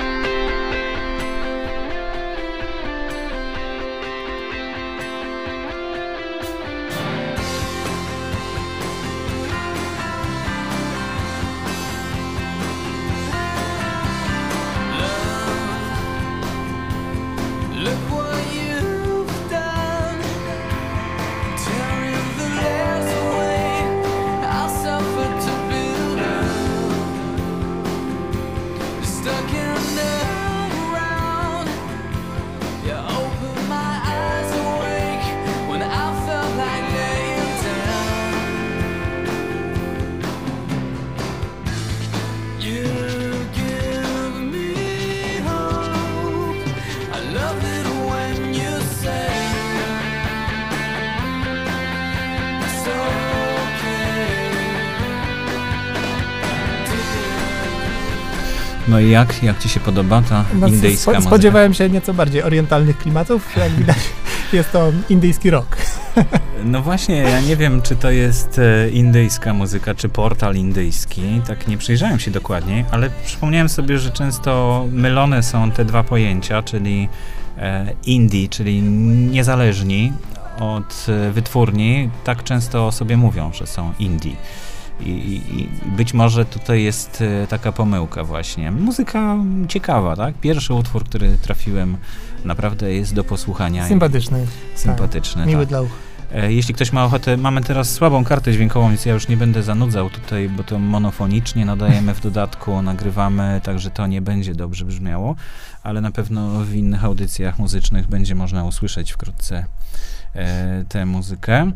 No i jak ci się podoba ta indyjska muzyka? Spodziewałem się nieco bardziej orientalnych klimatów, jak widać jest to indyjski rock. No właśnie, ja nie wiem, czy to jest indyjska muzyka, czy portal indyjski, tak nie przyjrzałem się dokładniej, ale przypomniałem sobie, że często mylone są te dwa pojęcia, czyli indie, czyli niezależni od wytwórni, tak często sobie mówią, że są indie. I być może tutaj jest taka pomyłka właśnie. Muzyka ciekawa, tak? Pierwszy utwór, który trafiłem, naprawdę jest do posłuchania. Sympatyczny. Sympatyczny, tak. Miły tak. dla ucha. Jeśli ktoś ma ochotę, mamy teraz słabą kartę dźwiękową, więc ja już nie będę zanudzał tutaj, bo to monofonicznie nadajemy w dodatku, nagrywamy, także to nie będzie dobrze brzmiało, ale na pewno w innych audycjach muzycznych będzie można usłyszeć wkrótce tę muzykę.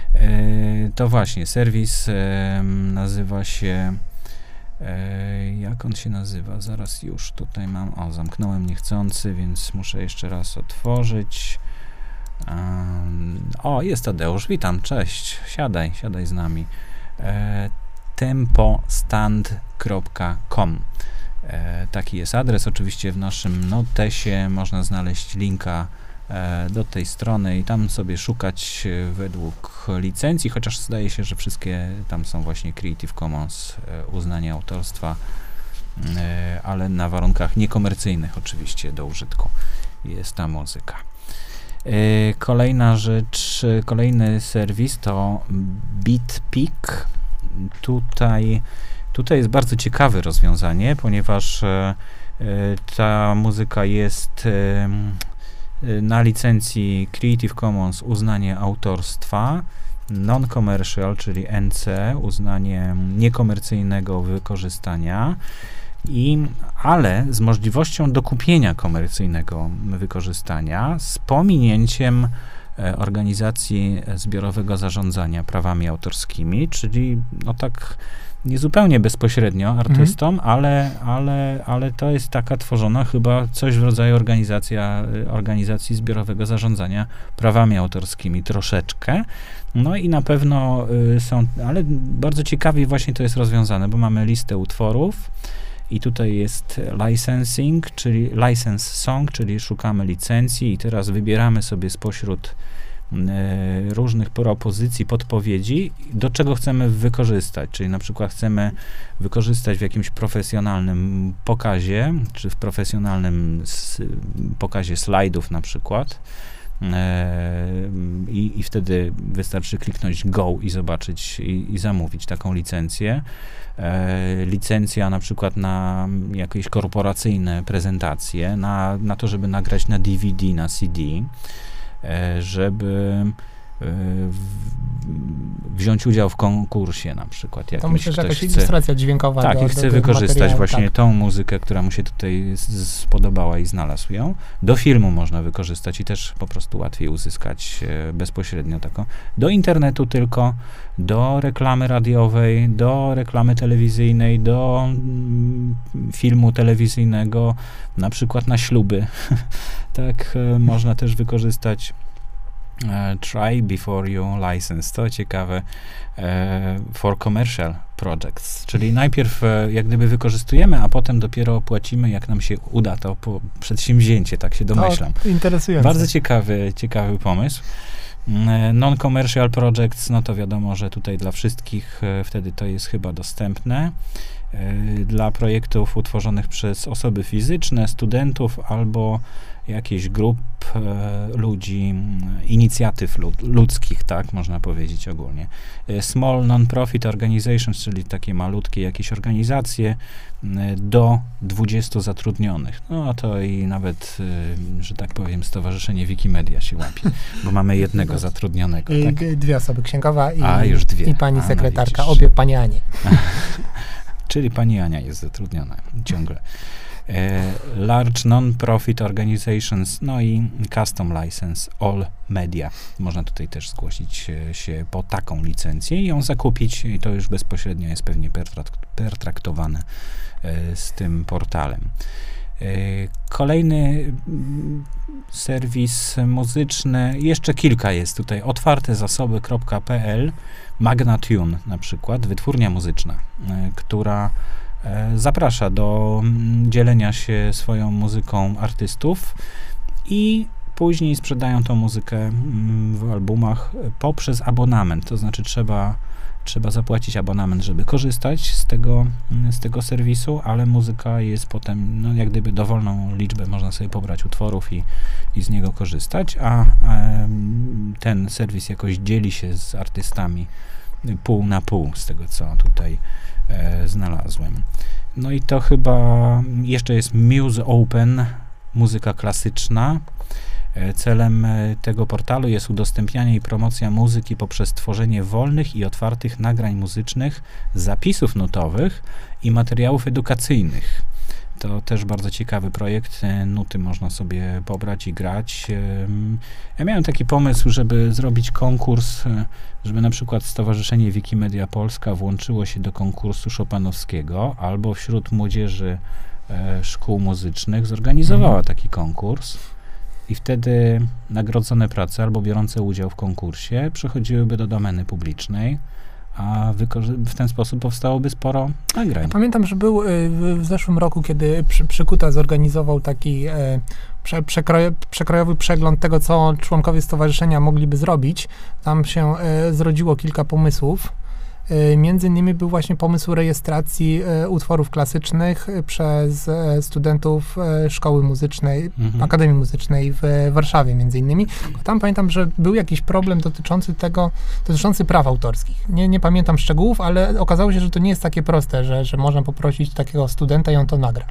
To właśnie, serwis nazywa się, jak on się nazywa? Zaraz już tutaj mam, zamknąłem niechcący, więc muszę jeszcze raz otworzyć. Jest Tadeusz, witam, cześć, siadaj z nami. tempostand.com. Taki jest adres, oczywiście w naszym notesie można znaleźć linka do tej strony i tam sobie szukać według licencji, chociaż zdaje się, że wszystkie tam są właśnie Creative Commons, uznanie autorstwa, ale na warunkach niekomercyjnych oczywiście do użytku jest ta muzyka. Kolejna rzecz, kolejny serwis to BeatPick. Tutaj jest bardzo ciekawe rozwiązanie, ponieważ ta muzyka jest na licencji Creative Commons uznanie autorstwa, non-commercial, czyli NC, uznanie niekomercyjnego wykorzystania, ale z możliwością dokupienia komercyjnego wykorzystania z pominięciem organizacji zbiorowego zarządzania prawami autorskimi, czyli tak niezupełnie bezpośrednio artystom, ale to jest taka tworzona chyba coś w rodzaju organizacji zbiorowego zarządzania prawami autorskimi troszeczkę. No i na pewno ale bardzo ciekawie właśnie to jest rozwiązane, bo mamy listę utworów i tutaj jest licensing, czyli license song, czyli szukamy licencji i teraz wybieramy sobie spośród różnych propozycji, podpowiedzi, do czego chcemy wykorzystać, czyli na przykład chcemy wykorzystać w jakimś profesjonalnym pokazie, czy w profesjonalnym pokazie slajdów na przykład, i wtedy wystarczy kliknąć go i zobaczyć i zamówić taką licencję. Licencja na przykład na jakieś korporacyjne prezentacje, na to, żeby nagrać na DVD, na CD, żeby wziąć udział w konkursie na przykład. To Jakimś, myślę, że ktoś jakaś ilustracja dźwiękowa. Tak, i chce wykorzystać materiału, właśnie tak. tą muzykę, która mu się tutaj spodobała i znalazł ją. Do filmu można wykorzystać i też po prostu łatwiej uzyskać bezpośrednio taką. Do internetu tylko, do reklamy radiowej, do reklamy telewizyjnej, do filmu telewizyjnego, na przykład na śluby. Tak, można też wykorzystać. Try before you license. To ciekawe. For commercial projects. Czyli najpierw jak gdyby wykorzystujemy, a potem dopiero płacimy, jak nam się uda to przedsięwzięcie, tak się domyślam. To interesujące. Bardzo ciekawy pomysł. Non-commercial projects, no to wiadomo, że tutaj dla wszystkich wtedy to jest chyba dostępne. Dla projektów utworzonych przez osoby fizyczne, studentów albo jakichś grup ludzi, inicjatyw ludzkich, tak, można powiedzieć ogólnie. Small non-profit organizations, czyli takie malutkie jakieś organizacje do 20 zatrudnionych. No to i nawet, że tak powiem, Stowarzyszenie Wikimedia się łapie, bo mamy jednego zatrudnionego. Tak? 2 osoby, księgowa już 2. i pani sekretarka, no obie pani Anie. Czyli pani Ania jest zatrudniona ciągle. Large non-profit organizations, no i custom license, all media. Można tutaj też zgłosić się po taką licencję i ją zakupić i to już bezpośrednio jest pewnie pertraktowane z tym portalem. Kolejny serwis muzyczny, jeszcze kilka jest tutaj, otwartezasoby.pl, Magnatune na przykład, wytwórnia muzyczna, która zaprasza do dzielenia się swoją muzyką artystów i później sprzedają tą muzykę w albumach poprzez abonament, to znaczy trzeba zapłacić abonament, żeby korzystać z tego serwisu, ale muzyka jest potem, no jak gdyby dowolną liczbę można sobie pobrać utworów i z niego korzystać, a ten serwis jakoś dzieli się z artystami pół na pół, z tego co tutaj znalazłem. No i to chyba jeszcze jest Muse Open, muzyka klasyczna. Celem tego portalu jest udostępnianie i promocja muzyki poprzez tworzenie wolnych i otwartych nagrań muzycznych, zapisów nutowych i materiałów edukacyjnych. To też bardzo ciekawy projekt. Nuty można sobie pobrać i grać. Ja miałem taki pomysł, żeby zrobić konkurs, żeby na przykład Stowarzyszenie Wikimedia Polska włączyło się do konkursu chopinowskiego albo wśród młodzieży szkół muzycznych zorganizowała taki konkurs i wtedy nagrodzone prace albo biorące udział w konkursie przechodziłyby do domeny publicznej, a w ten sposób powstałoby sporo nagrań. Ja pamiętam, że był w zeszłym roku, kiedy Przykuta zorganizował taki przekrojowy przegląd tego, co członkowie stowarzyszenia mogliby zrobić. Tam się zrodziło kilka pomysłów. Między innymi był właśnie pomysł rejestracji utworów klasycznych przez studentów szkoły muzycznej, Akademii Muzycznej w Warszawie między innymi. Tam pamiętam, że był jakiś problem dotyczący praw autorskich. Nie pamiętam szczegółów, ale okazało się, że to nie jest takie proste, że można poprosić takiego studenta i on to nagra.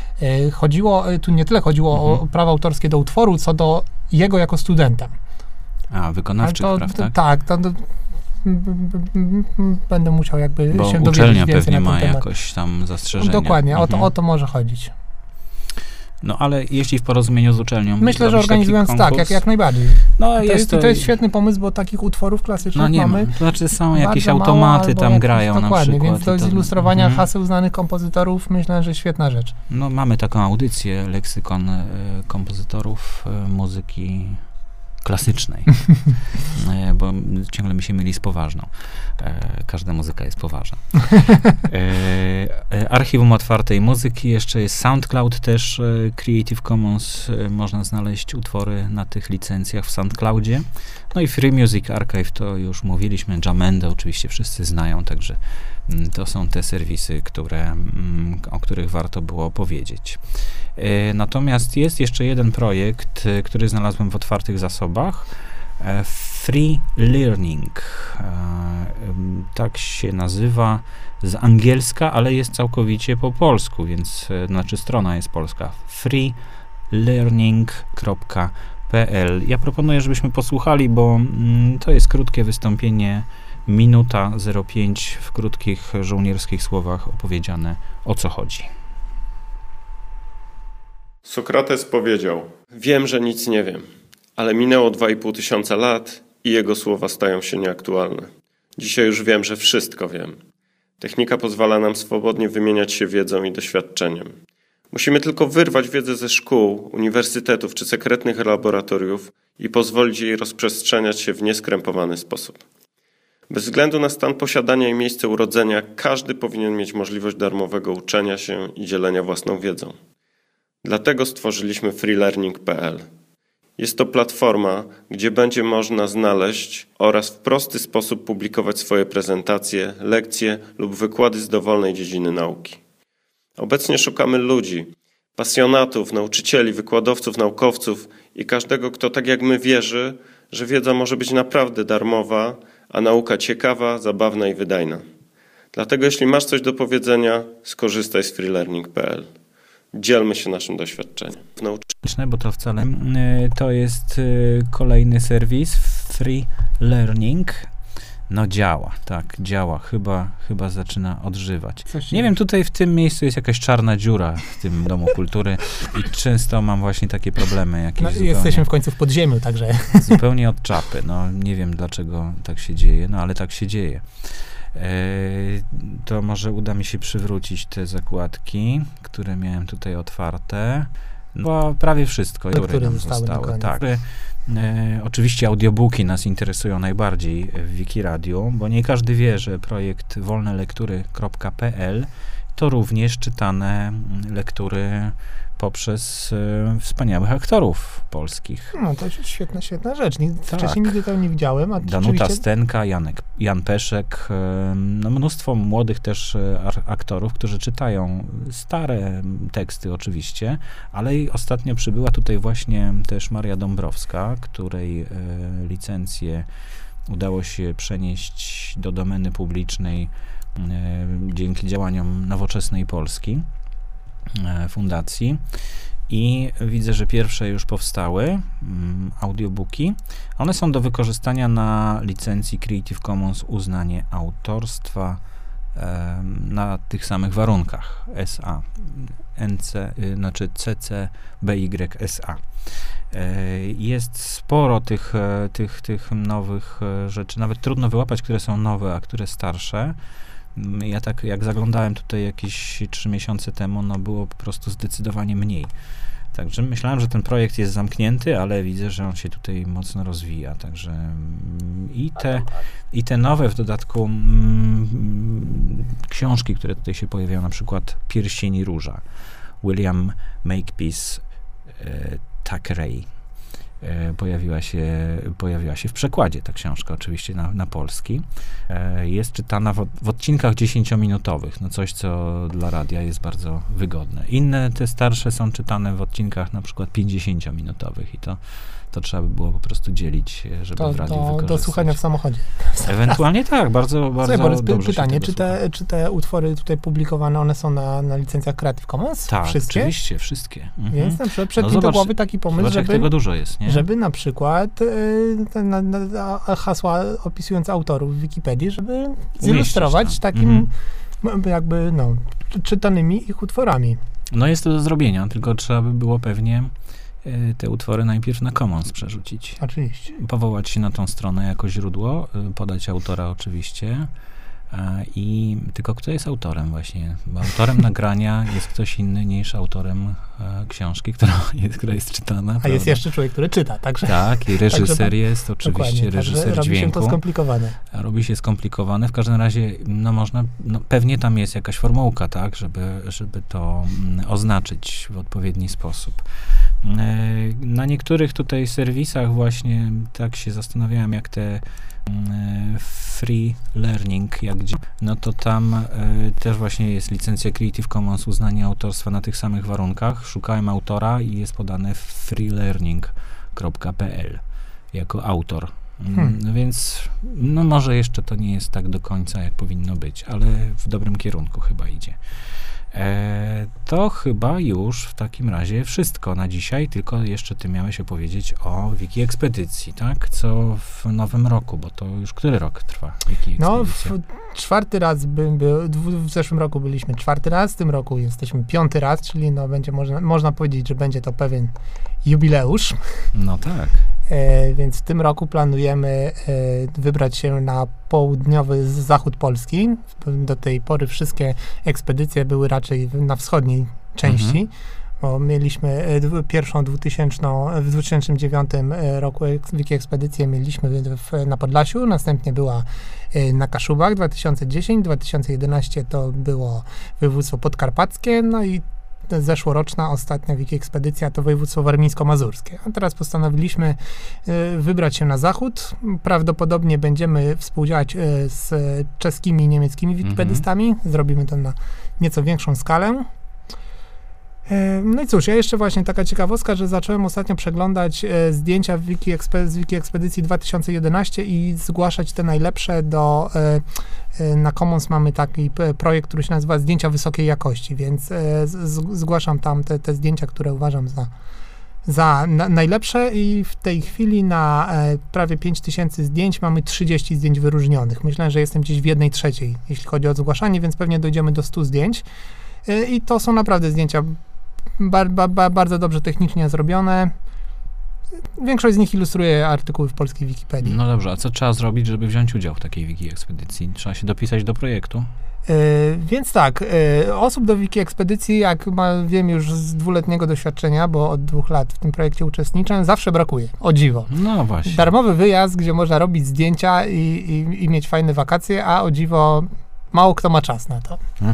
Tu nie tyle chodziło o prawa autorskie do utworu, co do jego jako studenta. Wykonawczych praw, tak? Tak, będę musiał jakby bo się dowiedzieć uczelnia więcej pewnie na ten ma temat. jakoś tam zastrzeżenia. Dokładnie, o to może chodzić. No ale jeśli w porozumieniu z uczelnią myślę, że organizując jak najbardziej. No, to jest świetny pomysł, bo takich utworów klasycznych mamy. To znaczy są jakieś automaty tam grają dokładnie, na przykład. Więc do zilustrowania haseł znanych kompozytorów myślę, że świetna rzecz. No mamy taką audycję, leksykon kompozytorów muzyki klasycznej, bo ciągle mi się myli z poważną. Każda muzyka jest poważna. Archiwum otwartej muzyki, jeszcze jest SoundCloud też, Creative Commons, można znaleźć utwory na tych licencjach w SoundCloudzie. No i Free Music Archive, to już mówiliśmy, Jamendo oczywiście wszyscy znają, także to są te serwisy, o których warto było powiedzieć. Natomiast jest jeszcze jeden projekt, który znalazłem w otwartych zasobach. Free Learning. Tak się nazywa z angielska, ale jest całkowicie po polsku, więc strona jest polska. freelearning.pl .pl. Ja proponuję, żebyśmy posłuchali, bo to jest krótkie wystąpienie, minuta 05, w krótkich żołnierskich słowach opowiedziane, o co chodzi. Sokrates powiedział: wiem, że nic nie wiem, ale minęło 2500 lat i jego słowa stają się nieaktualne. Dzisiaj już wiem, że wszystko wiem. Technika pozwala nam swobodnie wymieniać się wiedzą i doświadczeniem. Musimy tylko wyrwać wiedzę ze szkół, uniwersytetów czy sekretnych laboratoriów i pozwolić jej rozprzestrzeniać się w nieskrępowany sposób. Bez względu na stan posiadania i miejsce urodzenia, każdy powinien mieć możliwość darmowego uczenia się i dzielenia własną wiedzą. Dlatego stworzyliśmy freelearning.pl. Jest to platforma, gdzie będzie można znaleźć oraz w prosty sposób publikować swoje prezentacje, lekcje lub wykłady z dowolnej dziedziny nauki. Obecnie szukamy ludzi, pasjonatów, nauczycieli, wykładowców, naukowców i każdego, kto tak jak my wierzy, że wiedza może być naprawdę darmowa, a nauka ciekawa, zabawna i wydajna. Dlatego jeśli masz coś do powiedzenia, skorzystaj z freelearning.pl. Dzielmy się naszym doświadczeniem. Bo to wcale to jest kolejny serwis Free Learning. No działa, tak, działa. Chyba zaczyna odżywać. Nie wiem, tutaj w tym miejscu jest jakaś czarna dziura w tym Domu Kultury i często mam właśnie takie problemy. Jakieś jesteśmy w końcu w podziemiu, także... Zupełnie od czapy. No nie wiem, dlaczego tak się dzieje, no ale tak się dzieje. To może uda mi się przywrócić te zakładki, które miałem tutaj otwarte. No, prawie wszystko, które nam zostały. Tak. Oczywiście audiobooki nas interesują najbardziej w Wikiradiu, bo nie każdy wie, że projekt wolnelektury.pl to również czytane lektury poprzez wspaniałych aktorów polskich. No to świetna rzecz. Wcześniej nigdy tego nie widziałem. A Danuta rzeczywiście... Stenka, Jan Peszek, no mnóstwo młodych też aktorów, którzy czytają stare teksty oczywiście, ale i ostatnio przybyła tutaj właśnie też Maria Dąbrowska, której licencję udało się przenieść do domeny publicznej dzięki działaniom Nowoczesnej Polski fundacji i widzę, że pierwsze już powstały audiobooki. One są do wykorzystania na licencji Creative Commons uznanie autorstwa na tych samych warunkach SA, znaczy CC BY SA. Jest sporo tych nowych rzeczy, nawet trudno wyłapać, które są nowe, a które starsze. Ja tak jak zaglądałem tutaj jakieś 3 miesiące temu, no było po prostu zdecydowanie mniej. Także myślałem, że ten projekt jest zamknięty, ale widzę, że on się tutaj mocno rozwija. Także i te nowe w dodatku książki, które tutaj się pojawiają, na przykład Pierścień i Róża, William Makepeace Thackeray. Pojawiła się w przekładzie ta książka, oczywiście na polski. Jest czytana w odcinkach 10-minutowych, no coś, co dla radia jest bardzo wygodne. Inne, te starsze są czytane w odcinkach na przykład 50-minutowych i to trzeba by było po prostu dzielić, żeby w radiu wykorzystać. Do słuchania w samochodzie. Ewentualnie tak, bardzo dobrze pytanie, czy te utwory tutaj publikowane, one są na licencjach Creative Commons? Tak, wszystkie? Oczywiście, wszystkie. Więc na przykład przed mi do głowy taki pomysł, jak tego dużo jest, nie? Żeby na przykład hasła opisujące autorów w Wikipedii, żeby zilustrować takim jakby czytanymi ich utworami. No jest to do zrobienia, tylko trzeba by było pewnie te utwory najpierw na Commons przerzucić. Oczywiście. Powołać się na tą stronę jako źródło, podać autora oczywiście. I tylko kto jest autorem właśnie? Bo autorem nagrania jest ktoś inny niż autorem książki, która jest czytana. A jest jeszcze człowiek, który czyta, także... Tak, i reżyser jest oczywiście, reżyser robi dźwięku. Robi się to skomplikowane. Robi się skomplikowane. W każdym razie, pewnie tam jest jakaś formułka, tak, żeby to oznaczyć w odpowiedni sposób. Na niektórych tutaj serwisach właśnie tak się zastanawiałem, jak te free learning, no to tam też właśnie jest licencja Creative Commons, uznanie autorstwa na tych samych warunkach. Szukałem autora i jest podane freelearning.pl jako autor. Więc może jeszcze to nie jest tak do końca, jak powinno być, ale w dobrym kierunku chyba idzie. To chyba już w takim razie wszystko na dzisiaj, tylko jeszcze ty miałeś opowiedzieć o Wiki Ekspedycji, tak? Co w nowym roku, bo to już który rok trwa Wiki Ekspedycja? Czwarty raz w zeszłym roku byliśmy 4. raz, w tym roku jesteśmy 5. raz, czyli będzie można powiedzieć, że będzie to pewien jubileusz. No tak. Więc w tym roku planujemy wybrać się na południowy zachód Polski. Do tej pory wszystkie ekspedycje były raczej na wschodniej części, bo mieliśmy pierwszą w 2009 roku Wiki Ekspedycję mieliśmy na Podlasiu, następnie była na Kaszubach 2010, 2011 to było województwo podkarpackie, no i zeszłoroczna, ostatnia Wiki Ekspedycja to województwo warmińsko-mazurskie. A teraz postanowiliśmy wybrać się na zachód. Prawdopodobnie będziemy współdziałać z czeskimi i niemieckimi wikipedystami. Zrobimy to na nieco większą skalę. No i cóż, ja jeszcze właśnie taka ciekawostka, że zacząłem ostatnio przeglądać zdjęcia z Wiki Ekspedycji 2011 i zgłaszać te najlepsze na Commons mamy taki projekt, który się nazywa Zdjęcia Wysokiej Jakości, więc zgłaszam tam te zdjęcia, które uważam za najlepsze i w tej chwili na prawie 5000 zdjęć mamy 30 zdjęć wyróżnionych. Myślę, że jestem gdzieś w 1/3, jeśli chodzi o zgłaszanie, więc pewnie dojdziemy do 100 zdjęć. I to są naprawdę zdjęcia bardzo dobrze technicznie zrobione. Większość z nich ilustruje artykuły w polskiej Wikipedii. No dobrze, a co trzeba zrobić, żeby wziąć udział w takiej Wiki Ekspedycji? Trzeba się dopisać do projektu? Więc tak, osób do Wiki Ekspedycji, jak wiem już z 2-letniego doświadczenia, bo od 2 lat w tym projekcie uczestniczę, zawsze brakuje, o dziwo. No właśnie. Darmowy wyjazd, gdzie można robić zdjęcia i mieć fajne wakacje, a o dziwo mało kto ma czas na to.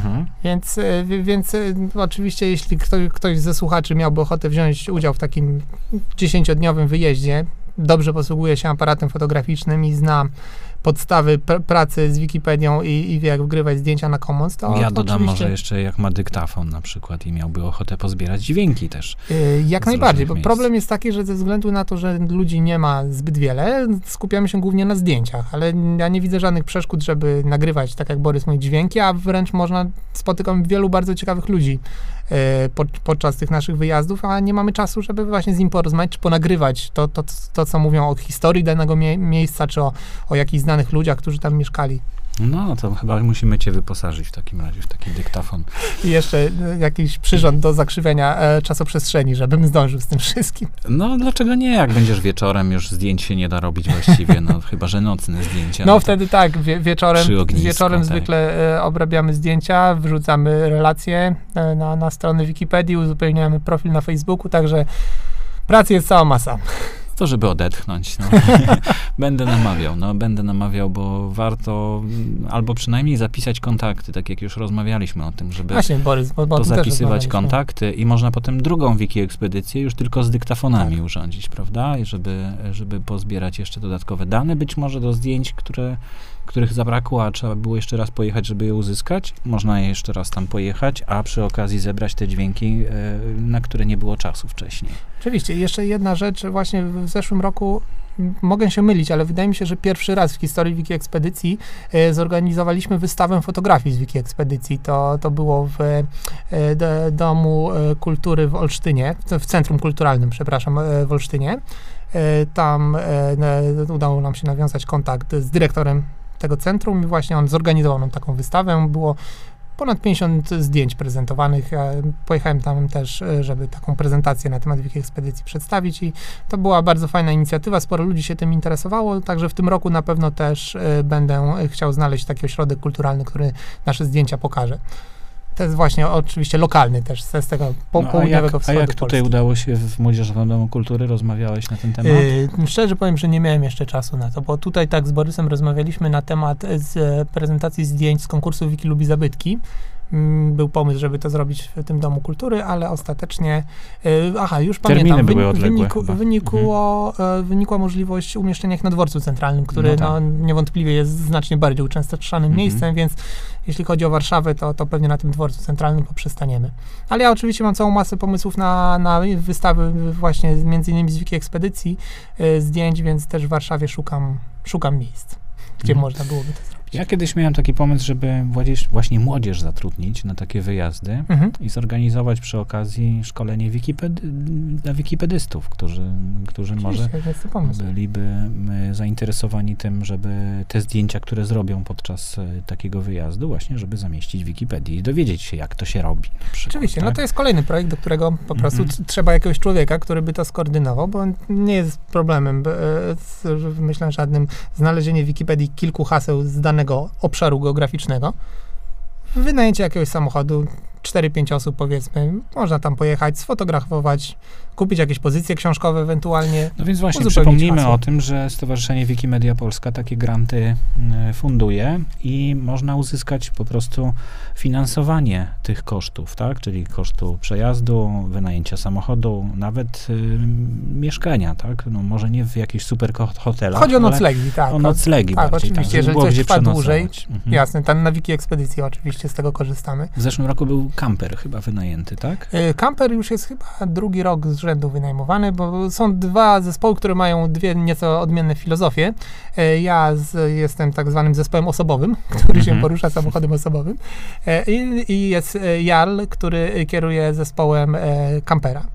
Więc oczywiście, jeśli ktoś ze słuchaczy miałby ochotę wziąć udział w takim 10-dniowym wyjeździe, dobrze posługuje się aparatem fotograficznym i zna podstawy pracy z Wikipedią i wie, jak wgrywać zdjęcia na Commons, to ja dodam oczywiście, może jeszcze, jak ma dyktafon na przykład i miałby ochotę pozbierać dźwięki też. Jak najbardziej, bo problem jest taki, że ze względu na to, że ludzi nie ma zbyt wiele, skupiamy się głównie na zdjęciach, ale ja nie widzę żadnych przeszkód, żeby nagrywać, tak jak Borys mówi, dźwięki, a wręcz spotykam wielu bardzo ciekawych ludzi podczas tych naszych wyjazdów, a nie mamy czasu, żeby właśnie z nim porozmawiać, czy ponagrywać to co mówią o historii danego miejsca, czy o jakichś znanych ludziach, którzy tam mieszkali. No, to chyba musimy cię wyposażyć w takim razie, w taki dyktafon. I jeszcze jakiś przyrząd do zakrzywiania czasoprzestrzeni, żebym zdążył z tym wszystkim. No, dlaczego nie? Jak będziesz wieczorem, już zdjęć się nie da robić właściwie, no chyba, że nocne zdjęcia. No wtedy tak, wieczorem tak. zwykle obrabiamy zdjęcia, wrzucamy relacje na stronę Wikipedii, uzupełniamy profil na Facebooku, także pracy jest cała masa. To, żeby odetchnąć. No. Będę namawiał, bo warto albo przynajmniej zapisać kontakty, tak jak już rozmawialiśmy o tym, żeby właśnie, Borys, bo zapisywać kontakty i można potem drugą Wiki Ekspedycję już tylko z dyktafonami urządzić, prawda? I żeby pozbierać jeszcze dodatkowe dane, być może do zdjęć, których zabrakło, a trzeba było jeszcze raz pojechać, żeby je uzyskać. Można jeszcze raz tam pojechać, a przy okazji zebrać te dźwięki, na które nie było czasu wcześniej. Oczywiście. Jeszcze jedna rzecz, właśnie w zeszłym roku, mogę się mylić, ale wydaje mi się, że pierwszy raz w historii Wiki Ekspedycji zorganizowaliśmy wystawę fotografii z Wiki Ekspedycji. To było w Domu Kultury w Olsztynie, w Centrum Kulturalnym, przepraszam, w Olsztynie. Tam udało nam się nawiązać kontakt z dyrektorem tego centrum i właśnie on zorganizował nam taką wystawę. Było ponad 50 zdjęć prezentowanych. Ja pojechałem tam też, żeby taką prezentację na temat Wiki Ekspedycji przedstawić i to była bardzo fajna inicjatywa. Sporo ludzi się tym interesowało, także w tym roku na pewno też będę chciał znaleźć taki ośrodek kulturalny, który nasze zdjęcia pokaże. To jest właśnie oczywiście lokalny też, z tego południowego wschodu A jak tutaj Polski. udało się w Młodzieżowym Domu Kultury? Rozmawiałeś na ten temat? Szczerze powiem, że nie miałem jeszcze czasu na to, bo tutaj tak z Borysem rozmawialiśmy na temat prezentacji zdjęć z konkursu Wiki lubi zabytki. Był pomysł, żeby to zrobić w tym Domu Kultury, ale ostatecznie, już terminy pamiętam, były odległe wynikła możliwość umieszczenia ich na dworcu centralnym, który niewątpliwie jest znacznie bardziej uczęszczanym miejscem, więc jeśli chodzi o Warszawę, to pewnie na tym dworcu centralnym poprzestaniemy. Ale ja oczywiście mam całą masę pomysłów na wystawy właśnie między innymi z Wiki Ekspedycji zdjęć, więc też w Warszawie szukam miejsc, gdzie można byłoby to zrobić. Ja kiedyś miałem taki pomysł, żeby właśnie młodzież zatrudnić na takie wyjazdy i zorganizować przy okazji szkolenie dla wikipedystów, którzy może byliby zainteresowani tym, żeby te zdjęcia, które zrobią podczas takiego wyjazdu, właśnie, żeby zamieścić w Wikipedii i dowiedzieć się, jak to się robi. Oczywiście, tak? No to jest kolejny projekt, do którego po prostu trzeba jakiegoś człowieka, który by to skoordynował, bo nie jest problemem, myślę, żadnym znalezienie w Wikipedii kilku haseł z danego obszaru geograficznego. Wynajęcie jakiegoś samochodu, 4-5 osób powiedzmy, można tam pojechać, sfotografować, kupić jakieś pozycje książkowe ewentualnie. No więc właśnie przypomnijmy o tym, że Stowarzyszenie Wikimedia Polska takie granty funduje i można uzyskać po prostu finansowanie tych kosztów, tak? Czyli kosztu przejazdu, wynajęcia samochodu, nawet mieszkania, tak? No może nie w jakichś super hotelach. Chodzi o noclegi, tak. O noclegi tak, bardziej, oczywiście, jeżeli coś trwa dłużej, jasne, tam na Wiki Ekspedycji oczywiście z tego korzystamy. W zeszłym roku był kamper chyba wynajęty, tak? Kamper już jest chyba drugi rok z rzędu wynajmowany, bo są dwa zespoły, które mają dwie nieco odmienne filozofie. Ja jestem tak zwanym zespołem osobowym, który się porusza samochodem osobowym i jest Jarl, który kieruje zespołem kampera.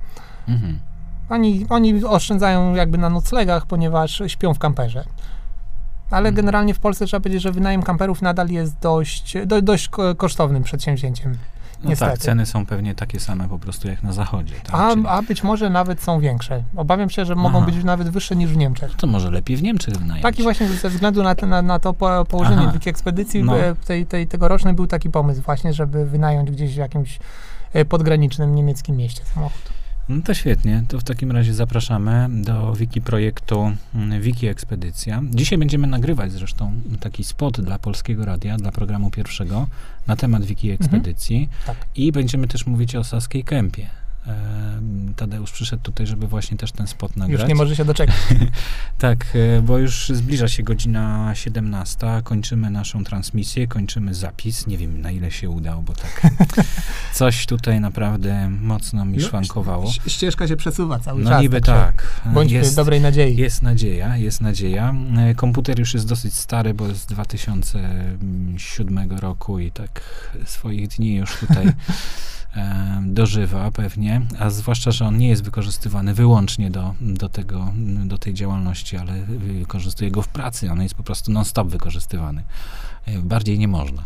Oni oszczędzają jakby na noclegach, ponieważ śpią w kamperze. Ale generalnie w Polsce trzeba powiedzieć, że wynajem kamperów nadal jest dość kosztownym przedsięwzięciem. No niestety. Tak, ceny są pewnie takie same po prostu jak na zachodzie. Tak? A być może nawet są większe. Obawiam się, że mogą być nawet wyższe niż w Niemczech. To może lepiej w Niemczech wynająć. Tak i właśnie ze względu na to położenie Wiki Ekspedycji tegorocznej był taki pomysł właśnie, żeby wynająć gdzieś w jakimś podgranicznym niemieckim mieście samochód. No to świetnie, to w takim razie zapraszamy do wiki projektu Wiki Ekspedycja. Dzisiaj będziemy nagrywać zresztą taki spot dla Polskiego Radia, dla programu pierwszego na temat Wiki Ekspedycji i będziemy też mówić o Saskiej Kępie. Tadeusz przyszedł tutaj, żeby właśnie też ten spot nagrać. Już nie może się doczekać. Tak, bo już zbliża się godzina 17, kończymy naszą transmisję, kończymy zapis. Nie wiem, na ile się udało, bo tak coś tutaj naprawdę mocno mi szwankowało. Ścieżka się przesuwa cały czas. No niby tak. Bądźmy dobrej nadziei. Jest nadzieja. Komputer już jest dosyć stary, bo jest z 2007 roku i tak swoich dni już tutaj dożywa pewnie, a zwłaszcza, że on nie jest wykorzystywany wyłącznie do tej działalności, ale wykorzystuje go w pracy. On jest po prostu non-stop wykorzystywany. Bardziej nie można.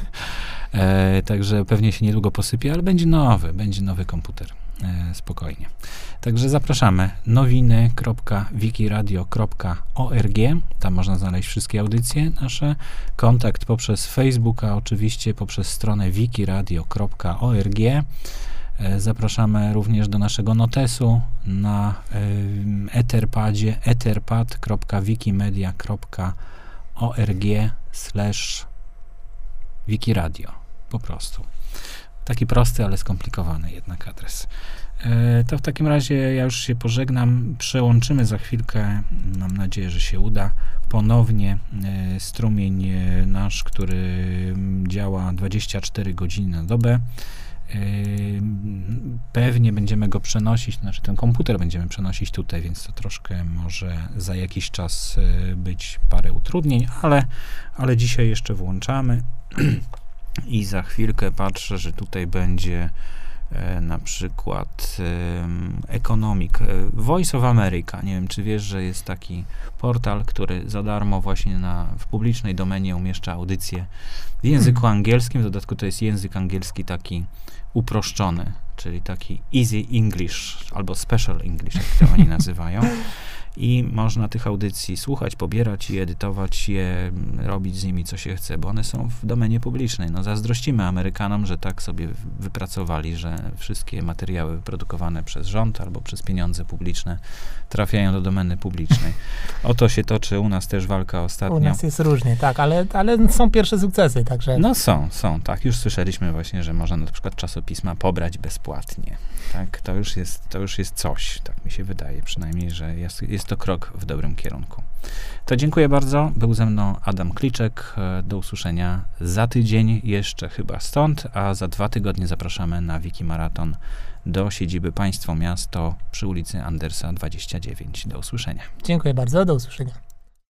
Także pewnie się niedługo posypie, ale będzie nowy komputer. Spokojnie. Także zapraszamy nowiny.wikiradio.org. Tam można znaleźć wszystkie audycje nasze. Kontakt poprzez Facebooka, oczywiście poprzez stronę wikiradio.org. Zapraszamy również do naszego notesu na Etherpadzie etherpad.wikimedia.org/wikiradio. Po prostu. Taki prosty, ale skomplikowany jednak adres. To w takim razie ja już się pożegnam. Przełączymy za chwilkę, mam nadzieję, że się uda, ponownie strumień nasz, który działa 24 godziny na dobę. Pewnie będziemy go przenosić, znaczy ten komputer będziemy przenosić tutaj, więc to troszkę może za jakiś czas być parę utrudnień, ale dzisiaj jeszcze włączamy. I za chwilkę patrzę, że tutaj będzie na przykład Economic, Voice of America. Nie wiem, czy wiesz, że jest taki portal, który za darmo właśnie w publicznej domenie umieszcza audycje w języku angielskim. W dodatku to jest język angielski taki uproszczony, czyli taki easy English albo special English, jak to oni nazywają. I można tych audycji słuchać, pobierać i edytować je, robić z nimi co się chce, bo one są w domenie publicznej. No zazdrościmy Amerykanom, że tak sobie wypracowali, że wszystkie materiały wyprodukowane przez rząd albo przez pieniądze publiczne trafiają do domeny publicznej. O to się toczy u nas też walka ostatnio. U nas jest różnie, tak, ale są pierwsze sukcesy, także... No są, tak. Już słyszeliśmy właśnie, że można na przykład czasopisma pobrać bezpłatnie. Tak, to już jest coś, tak mi się wydaje przynajmniej, że jest to krok w dobrym kierunku. To dziękuję bardzo. Był ze mną Adam Kliczek. Do usłyszenia za tydzień jeszcze chyba stąd, a za 2 tygodnie zapraszamy na Wikimaraton do siedziby Państwo Miasto przy ulicy Andersa 29. Do usłyszenia. Dziękuję bardzo. Do usłyszenia.